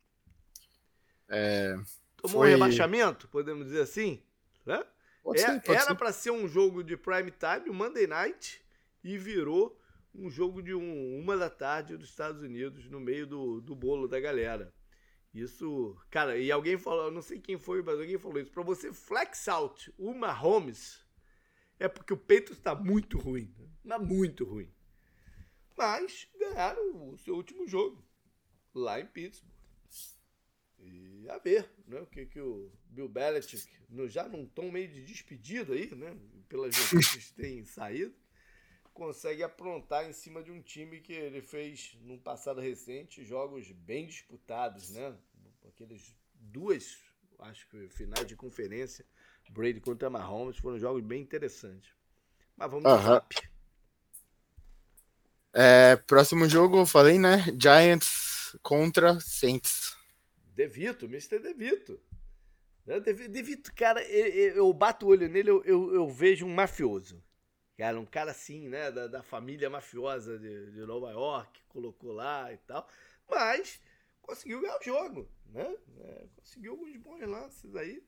é Tomou foi... um rebaixamento, podemos dizer assim, né? Pode é, ser, pode era para ser um jogo de prime time, um Monday Night, e virou um jogo de um, uma da tarde dos Estados Unidos, no meio do, do bolo da galera. Isso, cara, e alguém falou, não sei quem foi, mas alguém falou isso, para você flex out o Mahomes, é porque o Patriots está muito ruim. Está muito ruim. Mas ganharam o seu último jogo. Lá em Pittsburgh. E a ver, né? O que, que o Bill Belichick, já num tom meio de despedido aí, né? Pelas notícias que têm saído. consegue aprontar em cima de um time que ele fez num passado recente jogos bem disputados, né? Aqueles duas, acho que finais de conferência, Brady contra Mahomes, foram jogos bem interessantes. Mas vamos Aham. de F A P. É, próximo jogo, eu falei, né? Giants contra Saints. DeVito, mister DeVito. Né? Devi- DeVito, cara, eu, eu- eu bato o olho nele, eu, eu, eu vejo um mafioso. Cara, um cara assim, né, da, da família mafiosa de, de Nova York, colocou lá e tal. Mas conseguiu ganhar o jogo, né? É, conseguiu alguns bons lances aí.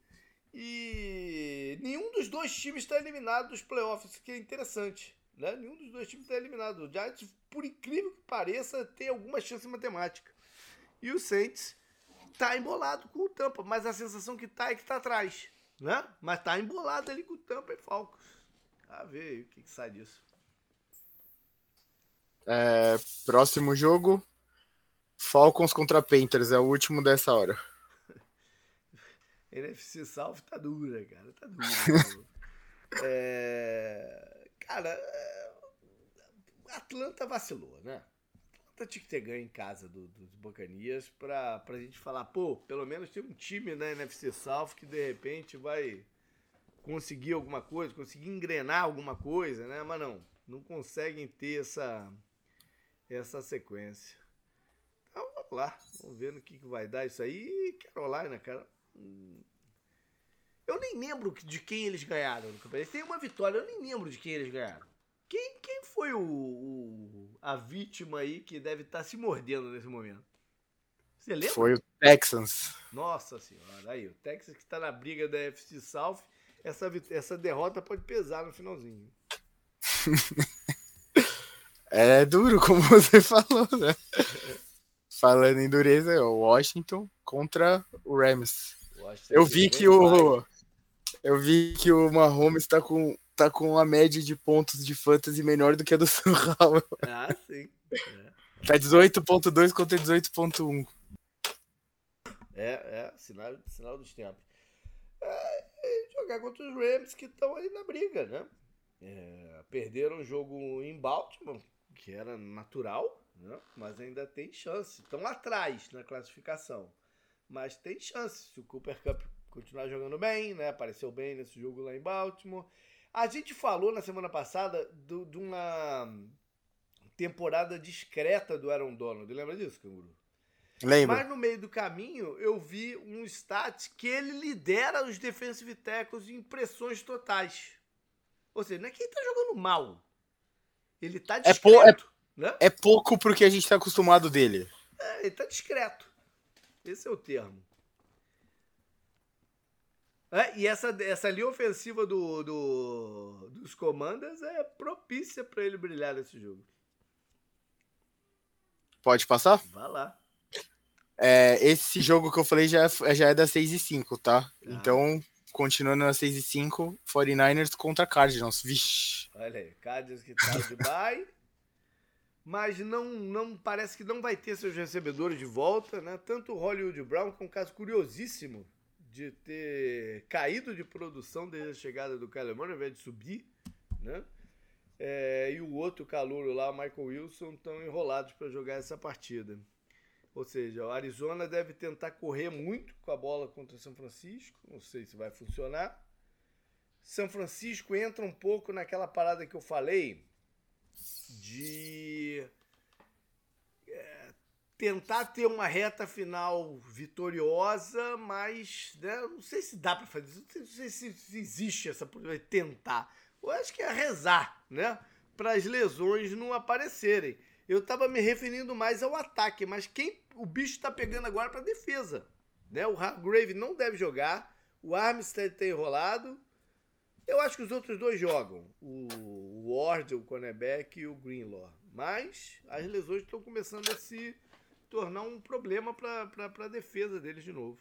E nenhum dos dois times está eliminado dos playoffs, o que é interessante, né? Nenhum dos dois times está eliminado. O Giants, por incrível que pareça, tem alguma chance matemática. E o Saints tá embolado com o Tampa, mas a sensação que tá é que tá atrás, né? Mas tá embolado ali com o Tampa e Falcons. A ver aí o que, que sai disso. É, próximo jogo, Falcons contra Panthers. É o último dessa hora. N F C South tá dura, cara. Tá dura. de novo. É... Cara, é... Atlanta vacilou, né? Atlanta tinha que ter ganho em casa do- dos Buccaneers pra, pra gente falar, pô, pelo menos tem um time na N F C South que de repente vai conseguir alguma coisa, conseguir engrenar alguma coisa, né? Mas não, não conseguem ter essa, essa sequência. Então vamos lá, vamos ver no que, que vai dar isso aí. E Carolina, cara, hum, eu nem lembro de quem eles ganharam no campeonato. Tem uma vitória, eu nem lembro de quem eles ganharam. Quem, quem foi o, o- a vítima aí que deve estar se mordendo nesse momento? Você lembra? Foi o Texans. Nossa senhora, aí, o Texas que está na briga da N F C South, essa, vi- essa derrota pode pesar no finalzinho. É duro, como você falou, né? Falando em dureza, é o Washington contra o Rams. Washington Eu vi vem que de o bye. eu vi que o Mahomes tá com tá com uma média de pontos de fantasy menor do que a do Sam Howell. Ah, sim. É, Tá dezoito ponto dois contra dezoito ponto um. é, é sinal, sinal dos tempos. É, e jogar contra os Rams que estão aí na briga, né? É, perderam o jogo em Baltimore, que era natural, né? Mas ainda tem chance. Estão atrás na classificação. Mas tem chance. Se o Cooper Cup continuar jogando bem, né? Apareceu bem nesse jogo lá em Baltimore. A gente falou na semana passada do- de uma temporada discreta do Aaron Donald. Lembra disso, Canguru? Lembra? Mas no meio do caminho, eu vi um stat que ele lidera os defensive tackles em pressões totais. Ou seja, não é que ele tá jogando mal. Ele tá É, pou- é, discreto, né? é pouco porque a gente tá acostumado dele. É, ele tá discreto. Esse é o termo. É, e essa, essa linha ofensiva do, do- dos Commanders é propícia para ele brilhar nesse jogo. Pode passar? Vai lá. É, esse jogo que eu falei já, é- já é da seis e cinco, tá? Ah. Então, continuando na seis e cinco, quarenta e nine ers contra Cardinals. Vixe. Olha aí, Cardinals que tá de bye, mas não, não parece que não vai ter seus recebedores de volta, né? Tanto o Hollywood Brown, que é um caso curiosíssimo de ter caído de produção desde a chegada do Kyler Murray, ao invés de subir, né? É, e o outro calouro lá, o Michael Wilson, estão enrolados para jogar essa partida. Ou seja, o Arizona deve tentar correr muito com a bola contra o São Francisco. Não sei se vai funcionar. São Francisco entra um pouco naquela parada que eu falei de é, tentar ter uma reta final vitoriosa, mas né, não sei se dá para fazer isso. Não sei se, se existe essa possibilidade de tentar. Eu acho que é rezar, né? Para as lesões não aparecerem. Eu estava me referindo mais ao ataque, mas quem o bicho está pegando agora para defesa, né? O Hargrave não deve jogar, o Armstead está enrolado. Eu acho que os outros dois jogam, o Ward, o cornerback e o Greenlaw. Mas as lesões estão começando a se tornar um problema para a defesa deles de novo.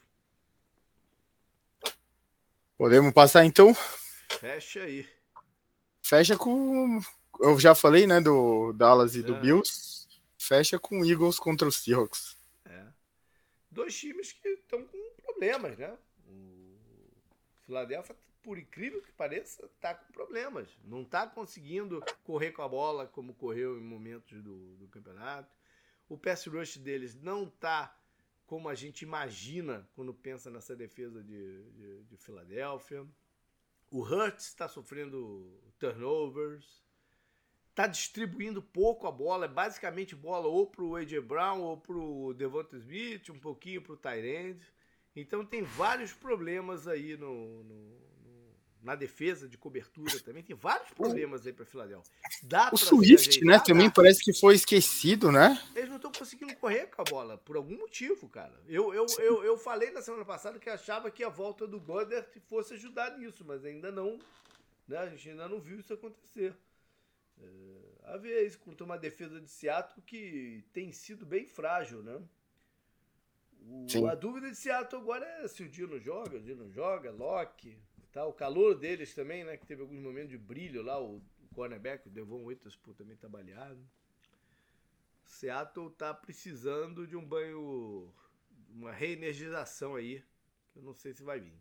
Podemos passar então? Fecha aí. Fecha com. Eu já falei, né, do Dallas e do É. Bills. Fecha com Eagles contra os Seahawks. É. Dois times que estão com problemas, né? O Philadelphia por incrível que pareça, está com problemas. Não está conseguindo correr com a bola como correu em momentos do, do campeonato. O pass rush deles não está como a gente imagina quando pensa nessa defesa de, de, de Filadélfia. O Hurts está sofrendo turnovers. Está distribuindo pouco a bola. É basicamente bola ou para o A J Brown ou para o Devonta Smith, um pouquinho para o tight end. Então tem vários problemas aí no, no, no, na defesa de cobertura também. Tem vários problemas aí para Filadélfia. Dá o Swift, né, também parece que foi esquecido, né? Eles não estão conseguindo correr com a bola, por algum motivo, cara. Eu, eu, eu, eu falei na semana passada que achava que a volta do Goddard fosse ajudar nisso, mas ainda não, né? A gente ainda não viu isso acontecer. É, a ver isso contra uma defesa de Seattle que tem sido bem frágil, né? O, a dúvida de Seattle agora é se o Dino joga, o Dino joga, Locke, tá? O calor deles também, né? Que teve alguns momentos de brilho lá, o cornerback, o Devon Witherspoon também tá baleado. Seattle tá precisando de um banho, uma reenergização aí, que eu não sei se vai vir.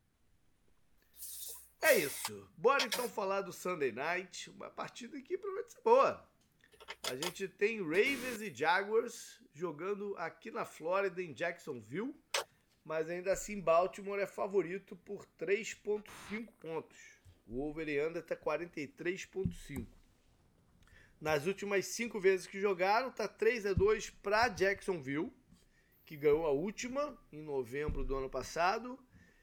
É isso. Bora então falar do Sunday Night, uma partida que promete ser boa. A gente tem Ravens e Jaguars jogando aqui na Flórida, em Jacksonville, mas ainda assim Baltimore é favorito por três vírgula cinco pontos. O over e under está quarenta e três vírgula cinco. Nas últimas cinco vezes que jogaram, está três a dois para Jacksonville, que ganhou a última em novembro do ano passado.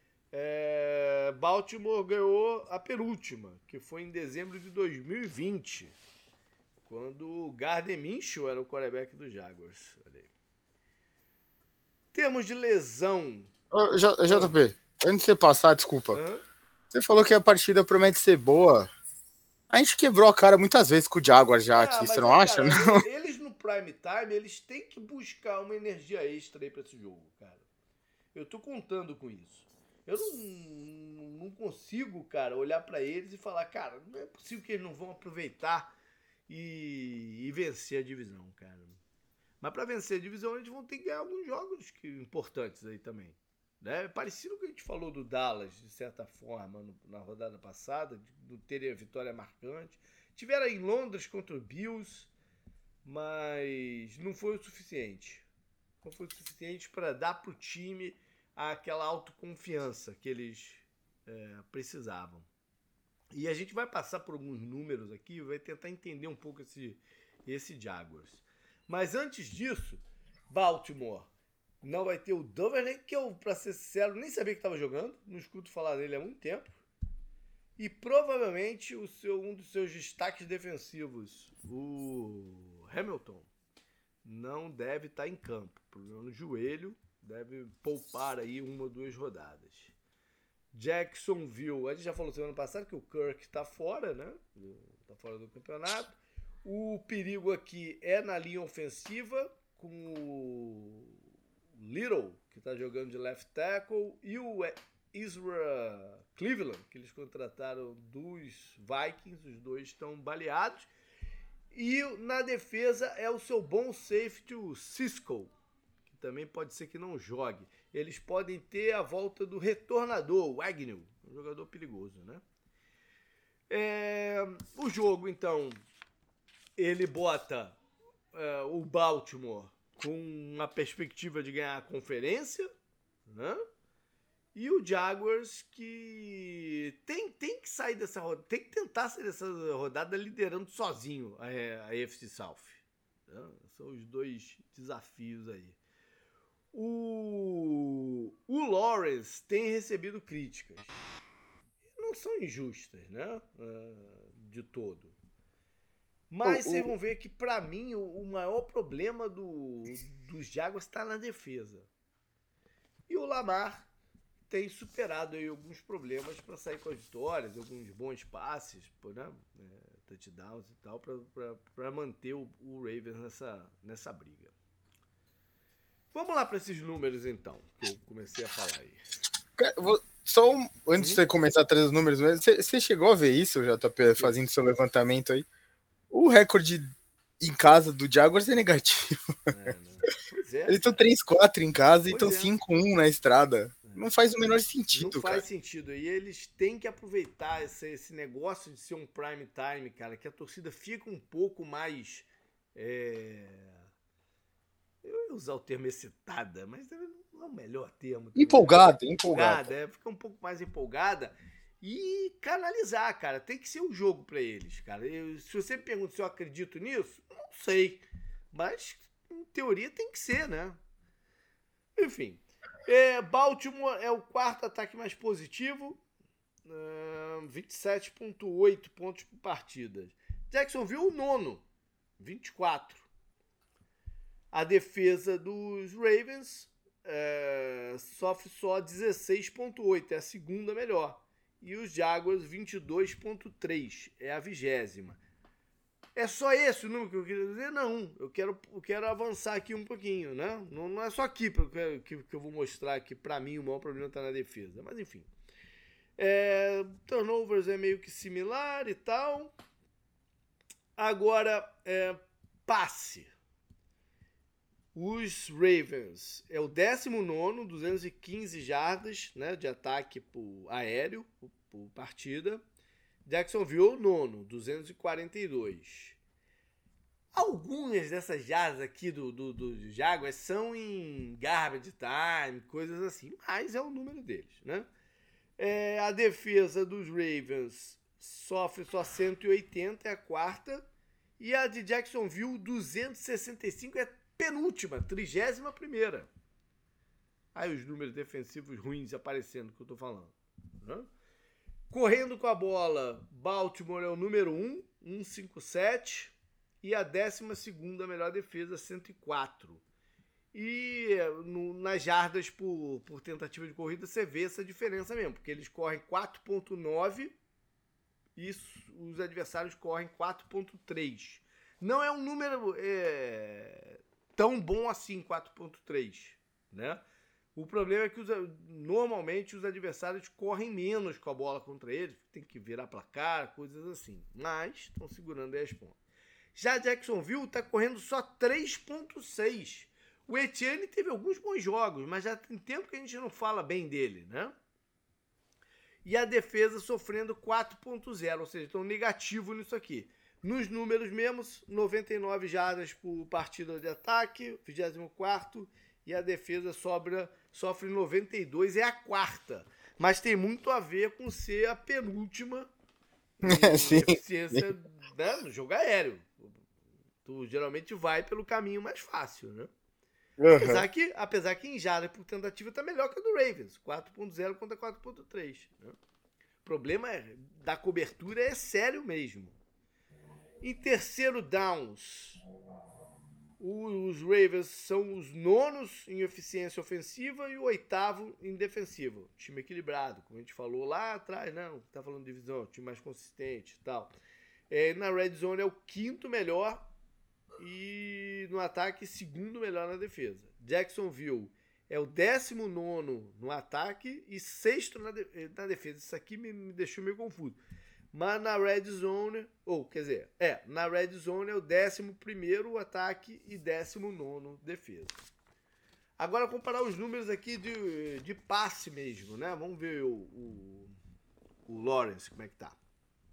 É... Baltimore ganhou a penúltima, que foi em dezembro de dois mil e vinte. Quando o Gardner Minshew era o quarterback do Jaguars. Olha aí. Termos de lesão. Oh, J P, antes de você passar, desculpa. Uhum. Você falou que a partida promete ser boa. A gente quebrou a cara muitas vezes com o Jaguars já aqui, ah, você não é, acha? Cara, não? Eles no prime time, eles têm que buscar uma energia extra aí pra esse jogo, cara. Eu tô contando com isso. Eu não, não consigo, cara, olhar pra eles e falar, cara, não é possível que eles não vão aproveitar E, e vencer a divisão, cara. Mas para vencer a divisão, eles vão ter que ganhar alguns jogos que, importantes aí também. Né? Parecido com o que a gente falou do Dallas, de certa forma, no, na rodada passada, de não terem a vitória marcante. Tiveram em Londres contra o Bills, mas não foi o suficiente. Não foi o suficiente para dar para o time aquela autoconfiança que eles é, precisavam. E a gente vai passar por alguns números aqui, vai tentar entender um pouco esse, esse Jaguars. Mas antes disso, Baltimore não vai ter o Duvernay, que eu, pra ser sincero, nem sabia que estava jogando, não escuto falar dele há muito tempo. E provavelmente o seu, um dos seus destaques defensivos, o Hamilton, não deve estar em campo. Problema no joelho, deve poupar aí uma ou duas rodadas. Jacksonville, a gente já falou semana passada que o Kirk tá fora, né? Tá fora do campeonato. O perigo aqui é na linha ofensiva, com o Little, que tá jogando de left tackle, e o Ezra Cleveland, que eles contrataram dos Vikings, os dois estão baleados. E na defesa é o seu bom safety, o Cisco, que também pode ser que não jogue. Eles podem ter a volta do retornador, o Agnew, um jogador perigoso, né? É, o jogo, então, ele bota é, o Baltimore com uma perspectiva de ganhar a conferência, né? E o Jaguars que tem, tem que sair dessa rodada, tem que tentar sair dessa rodada liderando sozinho a, a A F C South. Né? São os dois desafios aí. O, o Lawrence tem recebido críticas. Não são injustas, né? Uh, de todo. Mas o, vocês o... vão ver que, para mim, o, o maior problema do, dos Jaguars está na defesa. E o Lamar tem superado aí alguns problemas para sair com as vitórias, alguns bons passes, né? É, touchdowns e tal, para manter o, o Ravens nessa, nessa briga. Vamos lá para esses números, então, que eu comecei a falar aí. Só um, antes de você começar a trazer os números, você, você chegou a ver isso, J P, fazendo seu levantamento aí? O recorde em casa do Jaguars é negativo. É, né? Pois é. Eles estão três a quatro em casa pois e estão é. cinco a um na estrada. É. não faz o menor sentido, Não faz cara. sentido. E eles têm que aproveitar esse, esse negócio de ser um prime time, cara, que a torcida fica um pouco mais... É... Eu ia usar o termo excitada, mas não é o melhor termo. Também, Empolgada, né? empolgada. É, fica um pouco mais empolgada. E canalizar, cara. Tem que ser um jogo pra eles, cara. Eu, se você me pergunta se eu acredito nisso, não sei. Mas, em teoria, tem que ser, né? Enfim. É, Baltimore é o quarto ataque mais positivo. Uh, vinte e sete vírgula oito pontos por partida. Jacksonville, o nono. vinte e quatro. A defesa dos Ravens é, sofre só dezesseis vírgula oito. É a segunda melhor. E os Jaguars, vinte e dois vírgula três. É a vigésima. É só esse o número que eu queria dizer? Não. Eu quero, eu quero avançar aqui um pouquinho, né? Não, não é só aqui que, que, que eu vou mostrar que, pra mim, o maior problema está na defesa. Mas, enfim. É, turnovers é meio que similar e tal. Agora, é, passe. Os Ravens é o décimo nono, duzentas e quinze jardas, né, de ataque por aéreo por, por partida. Jacksonville o nono, duzentos e quarenta e dois. Algumas dessas jardas aqui do, do, do Jaguars são em garbage time, coisas assim, mas é o número deles, né? É, a defesa dos Ravens sofre só cento e oitenta, é a quarta. E a de Jacksonville, duzentos e sessenta e cinco, é penúltima, trigésima primeira. Aí os números defensivos ruins aparecendo que eu tô falando. Né? Correndo com a bola, Baltimore é o número um, cento e cinquenta e sete. E a décima segunda melhor defesa, cento e quatro. E no, nas jardas por, por tentativa de corrida, você vê essa diferença mesmo. Porque eles correm quatro vírgula nove e os adversários correm quatro vírgula três. Não é um número é, tão bom assim, quatro vírgula três, né? O problema é que os, normalmente os adversários correm menos com a bola contra eles, tem que virar placar, coisas assim. Mas estão segurando dez pontos. Já Jacksonville está correndo só três vírgula seis. O Etienne teve alguns bons jogos, mas já tem tempo que a gente não fala bem dele, né? E a defesa sofrendo quatro vírgula zero, ou seja, estão negativo nisso aqui. Nos números mesmos, noventa e nove jardas por partida de ataque, vigésimo quarto, e a defesa sobra, sofre noventa e dois, é a quarta. Mas tem muito a ver com ser a penúltima em Sim. eficiência, né, no jogo aéreo. Tu geralmente vai pelo caminho mais fácil, né? Uhum. Apesar, que, apesar que em jardas por tentativa tá melhor que a do Ravens, quatro vírgula zero contra quatro vírgula três. Né? O problema é, da cobertura é sério mesmo. Em terceiro downs, os Ravens são os nonos em eficiência ofensiva e o oitavo em defensiva. Time equilibrado, como a gente falou lá atrás, não, tá falando de divisão, time mais consistente e tal. É, na red zone é o quinto melhor e no ataque segundo melhor na defesa. Jacksonville é o décimo nono no ataque e sexto na, de, na defesa. Isso aqui me, me deixou meio confuso. Mas na red zone, ou quer dizer, é, na red zone é o décimo primeiro ataque e décimo nono defesa. Agora comparar os números aqui de, de passe mesmo, né? Vamos ver o, o, o Lawrence, como é que tá.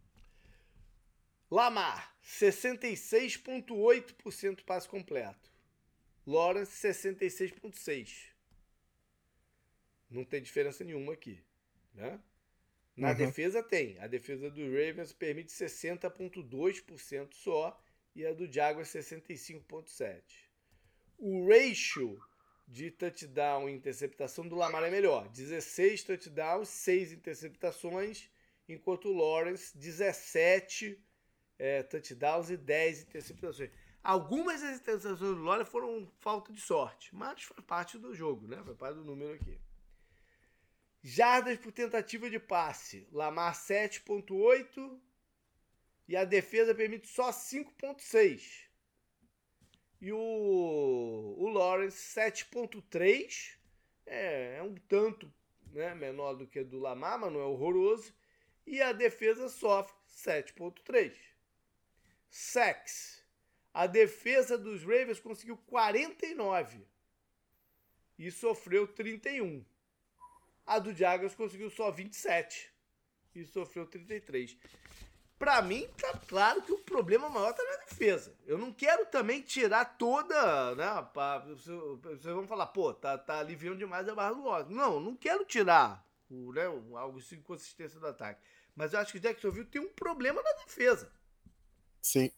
Lamar, sessenta e seis vírgula oito por cento passe completo. Lawrence, sessenta e seis vírgula seis por cento. Não tem diferença nenhuma aqui, né? Na uhum. defesa tem. A defesa do Ravens permite sessenta vírgula dois por cento só e a do Jaguars sessenta e cinco vírgula sete por cento. O ratio de touchdown e interceptação do Lamar é melhor. dezesseis touchdowns, seis interceptações, enquanto o Lawrence, dezessete é, touchdowns e dez interceptações. Algumas das interceptações do Lawrence foram falta de sorte, mas foi parte do jogo, né? Foi parte do número aqui. Jardas por tentativa de passe. Lamar sete vírgula oito e a defesa permite só cinco vírgula seis. E o, o Lawrence sete vírgula três. É, é um tanto, né, menor do que do Lamar, mas não é horroroso. E a defesa sofre sete vírgula três. Sacks. A defesa dos Ravens conseguiu quarenta e nove e sofreu trinta e um. A do Jaguars conseguiu só vinte e sete e sofreu trinta e três. Pra mim, tá claro que o problema maior tá na defesa. Eu não quero também tirar toda, né, pra, vocês vão falar, pô, tá, tá aliviando demais a barra do Washington. Não, não quero tirar o, né, algo de inconsistência do ataque. Mas eu acho que o Jacksonville tem um problema na defesa. Sim.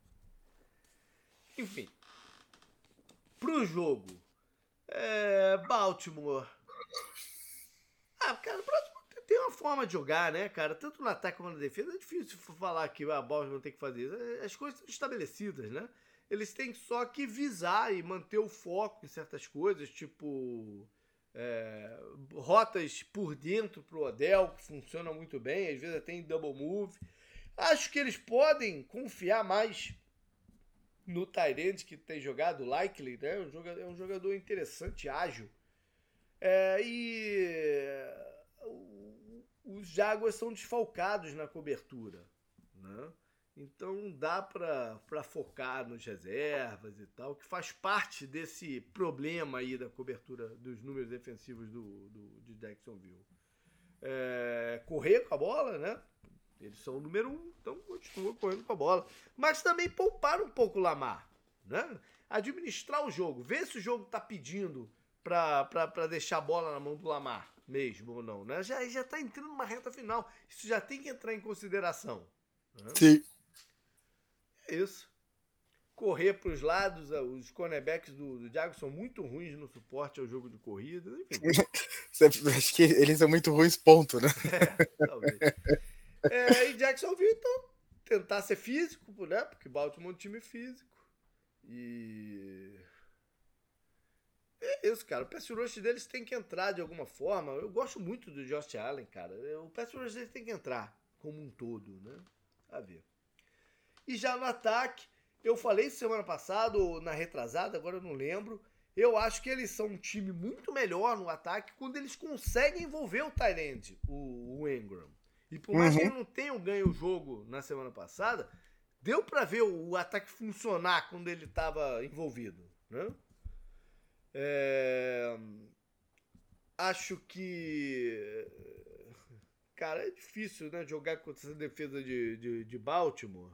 Enfim. Pro jogo. É, Baltimore. Ah, cara, o próximo tem uma forma de jogar, né, cara? Tanto no ataque como na defesa. É difícil falar que a Baltimore tem que fazer isso. As coisas estão estabelecidas, né? Eles têm só que visar e manter o foco em certas coisas, tipo é, rotas por dentro pro Odell, que funcionam muito bem. Às vezes até em double move. Acho que eles podem confiar mais no tight end que tem jogado, Likely, né? Um jogador, é um jogador interessante, ágil. É, e os Jaguars são desfalcados na cobertura, né? Então dá para focar nos reservas e tal, que faz parte desse problema aí da cobertura dos números defensivos do, do, de Jacksonville. É, correr com a bola, né? Eles são o número um, então continuam correndo com a bola. Mas também poupar um pouco o Lamar, né? Administrar o jogo, ver se o jogo está pedindo para deixar a bola na mão do Lamar mesmo ou não, né? Já já está entrando numa reta final. Isso já tem que entrar em consideração. Né? Sim. É isso. Correr para os lados, os cornerbacks do, do Jaguars são muito ruins no suporte ao jogo de corrida. Enfim. Acho que eles são muito ruins, ponto, né? É, talvez. É, e Jacksonville, então, tentar ser físico, né? Porque Baltimore é um time físico. E... é isso, cara. O pass rush deles tem que entrar de alguma forma. Eu gosto muito do Josh Allen, cara. O pass rush deles tem que entrar como um todo, né? A ver. E já no ataque, eu falei semana passada ou na retrasada, agora eu não lembro. Eu acho que eles são um time muito melhor no ataque quando eles conseguem envolver o tight end, o, o Ingram. E por mais uhum. que ele não tenha ganho o jogo na semana passada, deu pra ver o, o ataque funcionar quando ele estava envolvido, né? É... Acho que... cara, é difícil, né, jogar contra essa defesa de, de, de Baltimore,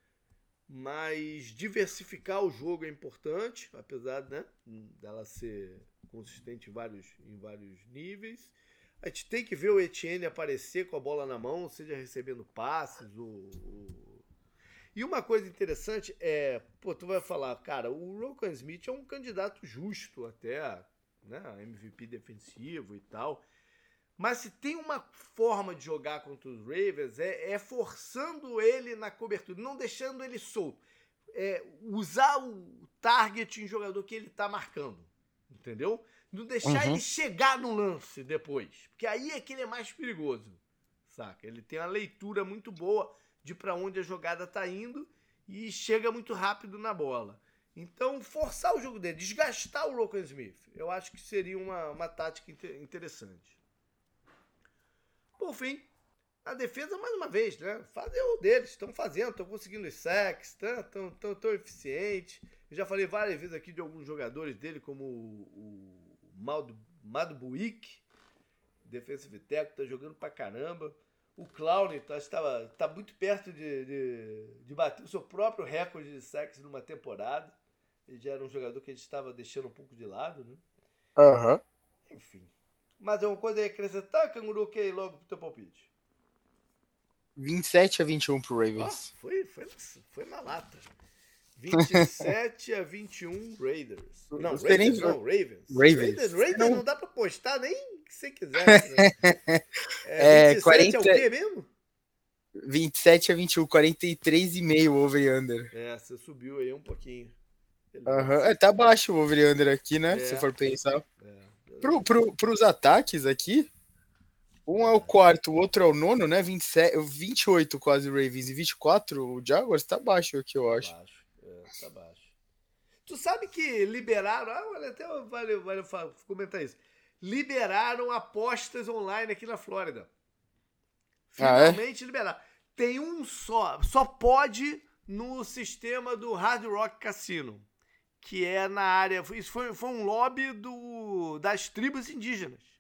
mas diversificar o jogo é importante, apesar, né, dela ser consistente em vários, em vários níveis. A gente tem que ver o Etienne aparecer com a bola na mão, seja recebendo passes ou... ou... E uma coisa interessante é, pô, tu vai falar, cara, o Roquan Smith é um candidato justo até, né, M V P defensivo e tal, mas se tem uma forma de jogar contra os Ravens é, é forçando ele na cobertura, não deixando ele solto, é usar o target em jogador que ele tá marcando, entendeu? Não deixar uhum. ele chegar no lance depois, porque aí é que ele é mais perigoso, saca? Ele tem uma leitura muito boa de para onde a jogada tá indo e chega muito rápido na bola. Então, forçar o jogo dele, desgastar o Roquan Smith, eu acho que seria uma, uma tática interessante. Por fim, a defesa, mais uma vez, né? Fazer o deles, estão fazendo, estão conseguindo os sacks, estão tão, tão eficientes. Eu já falei várias vezes aqui de alguns jogadores dele, como o, o Madubuik, defensive tackle, tá jogando pra caramba. O Clowney tá, tá, tá muito perto de, de, de bater o seu próprio recorde de sacks numa temporada. Ele já era um jogador que a gente estava deixando um pouco de lado, né? Aham. Uhum. Enfim. Mas é uma coisa aí acrescentar, Canguru, que aí logo pro teu palpite. vinte e sete a vinte e um pro Ravens. Oh, foi, foi, foi na lata. vinte e sete a vinte e um Raiders. Não, Ravens, nem... não, Ravens. Ravens. Ravens, Ravens não... não dá pra postar nem que você quiser. Né? É, vinte e sete quarenta... é o quê mesmo? vinte e sete a vinte e um, quarenta e três e meio over e under. É, você subiu aí um pouquinho. Uhum. É, tá baixo o over e under aqui, né? É, se for pensar. É. Pro, pro, pros ataques aqui, um é o quarto, o outro é o nono, né? vinte e sete, vinte e oito quase o Ravens e vinte e quatro o Jaguars, tá baixo aqui, eu acho. Tá baixo, é, tá baixo. Tu sabe que liberaram, ah, olha, até vale, vale comentar isso. Liberaram apostas online aqui na Flórida. Finalmente ah, é? liberaram. Tem um só, só pode no sistema do Hard Rock Casino, que é na área, isso foi, foi um lobby do, das tribos indígenas,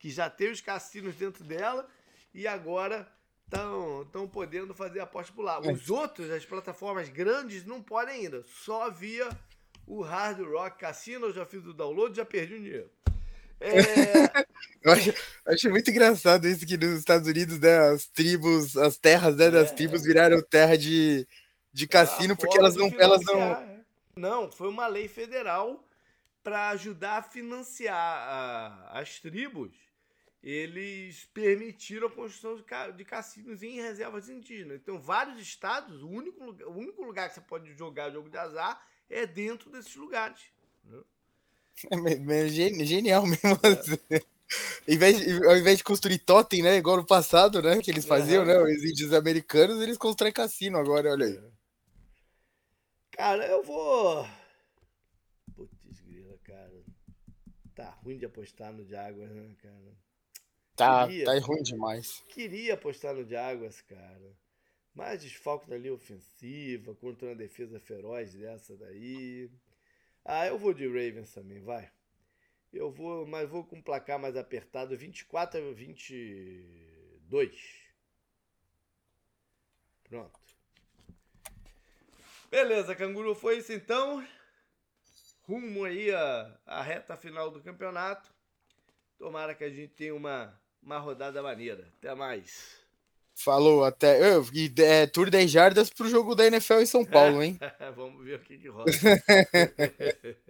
que já tem os cassinos dentro dela e agora estão podendo fazer aposta por lá. Os outros, as plataformas grandes, não podem ainda. Só via o Hard Rock Casino. Eu já fiz o download, já perdi o dinheiro. É... eu, acho, eu acho muito engraçado isso que nos Estados Unidos, né, as tribos, as terras, né, das é, tribos viraram terra de, de cassino, porque elas não, elas não... Não, foi uma lei federal para ajudar a financiar a, as tribos. Eles permitiram a construção de, de cassinos em reservas indígenas. Então, vários estados, o único, lugar, o único lugar que você pode jogar jogo de azar é dentro desses lugares. Né? É genial mesmo. É. Em vez de, ao invés de construir totem, né, igual no passado, né, que eles faziam, uhum. né, os índios americanos, eles constroem cassino agora, olha aí. É. Cara, eu vou... Putz, grila, cara. Tá ruim de apostar no Jaguars, né, cara? Tá, queria, tá ruim demais. Queria apostar no Jaguars, cara. Mas desfalque da linha ofensiva, contra uma defesa feroz dessa daí. Ah, eu vou de Ravens também, vai. Eu vou, mas vou com um placar mais apertado, vinte e quatro a vinte e dois. Pronto. Beleza, Canguru, foi isso então. Rumo aí a, a reta final do campeonato. Tomara que a gente tenha uma, uma rodada maneira. Até mais. Falou, até. Eu, é, Tour dez jardas pro jogo da N F L em São Paulo, hein? Vamos ver o que, que rola.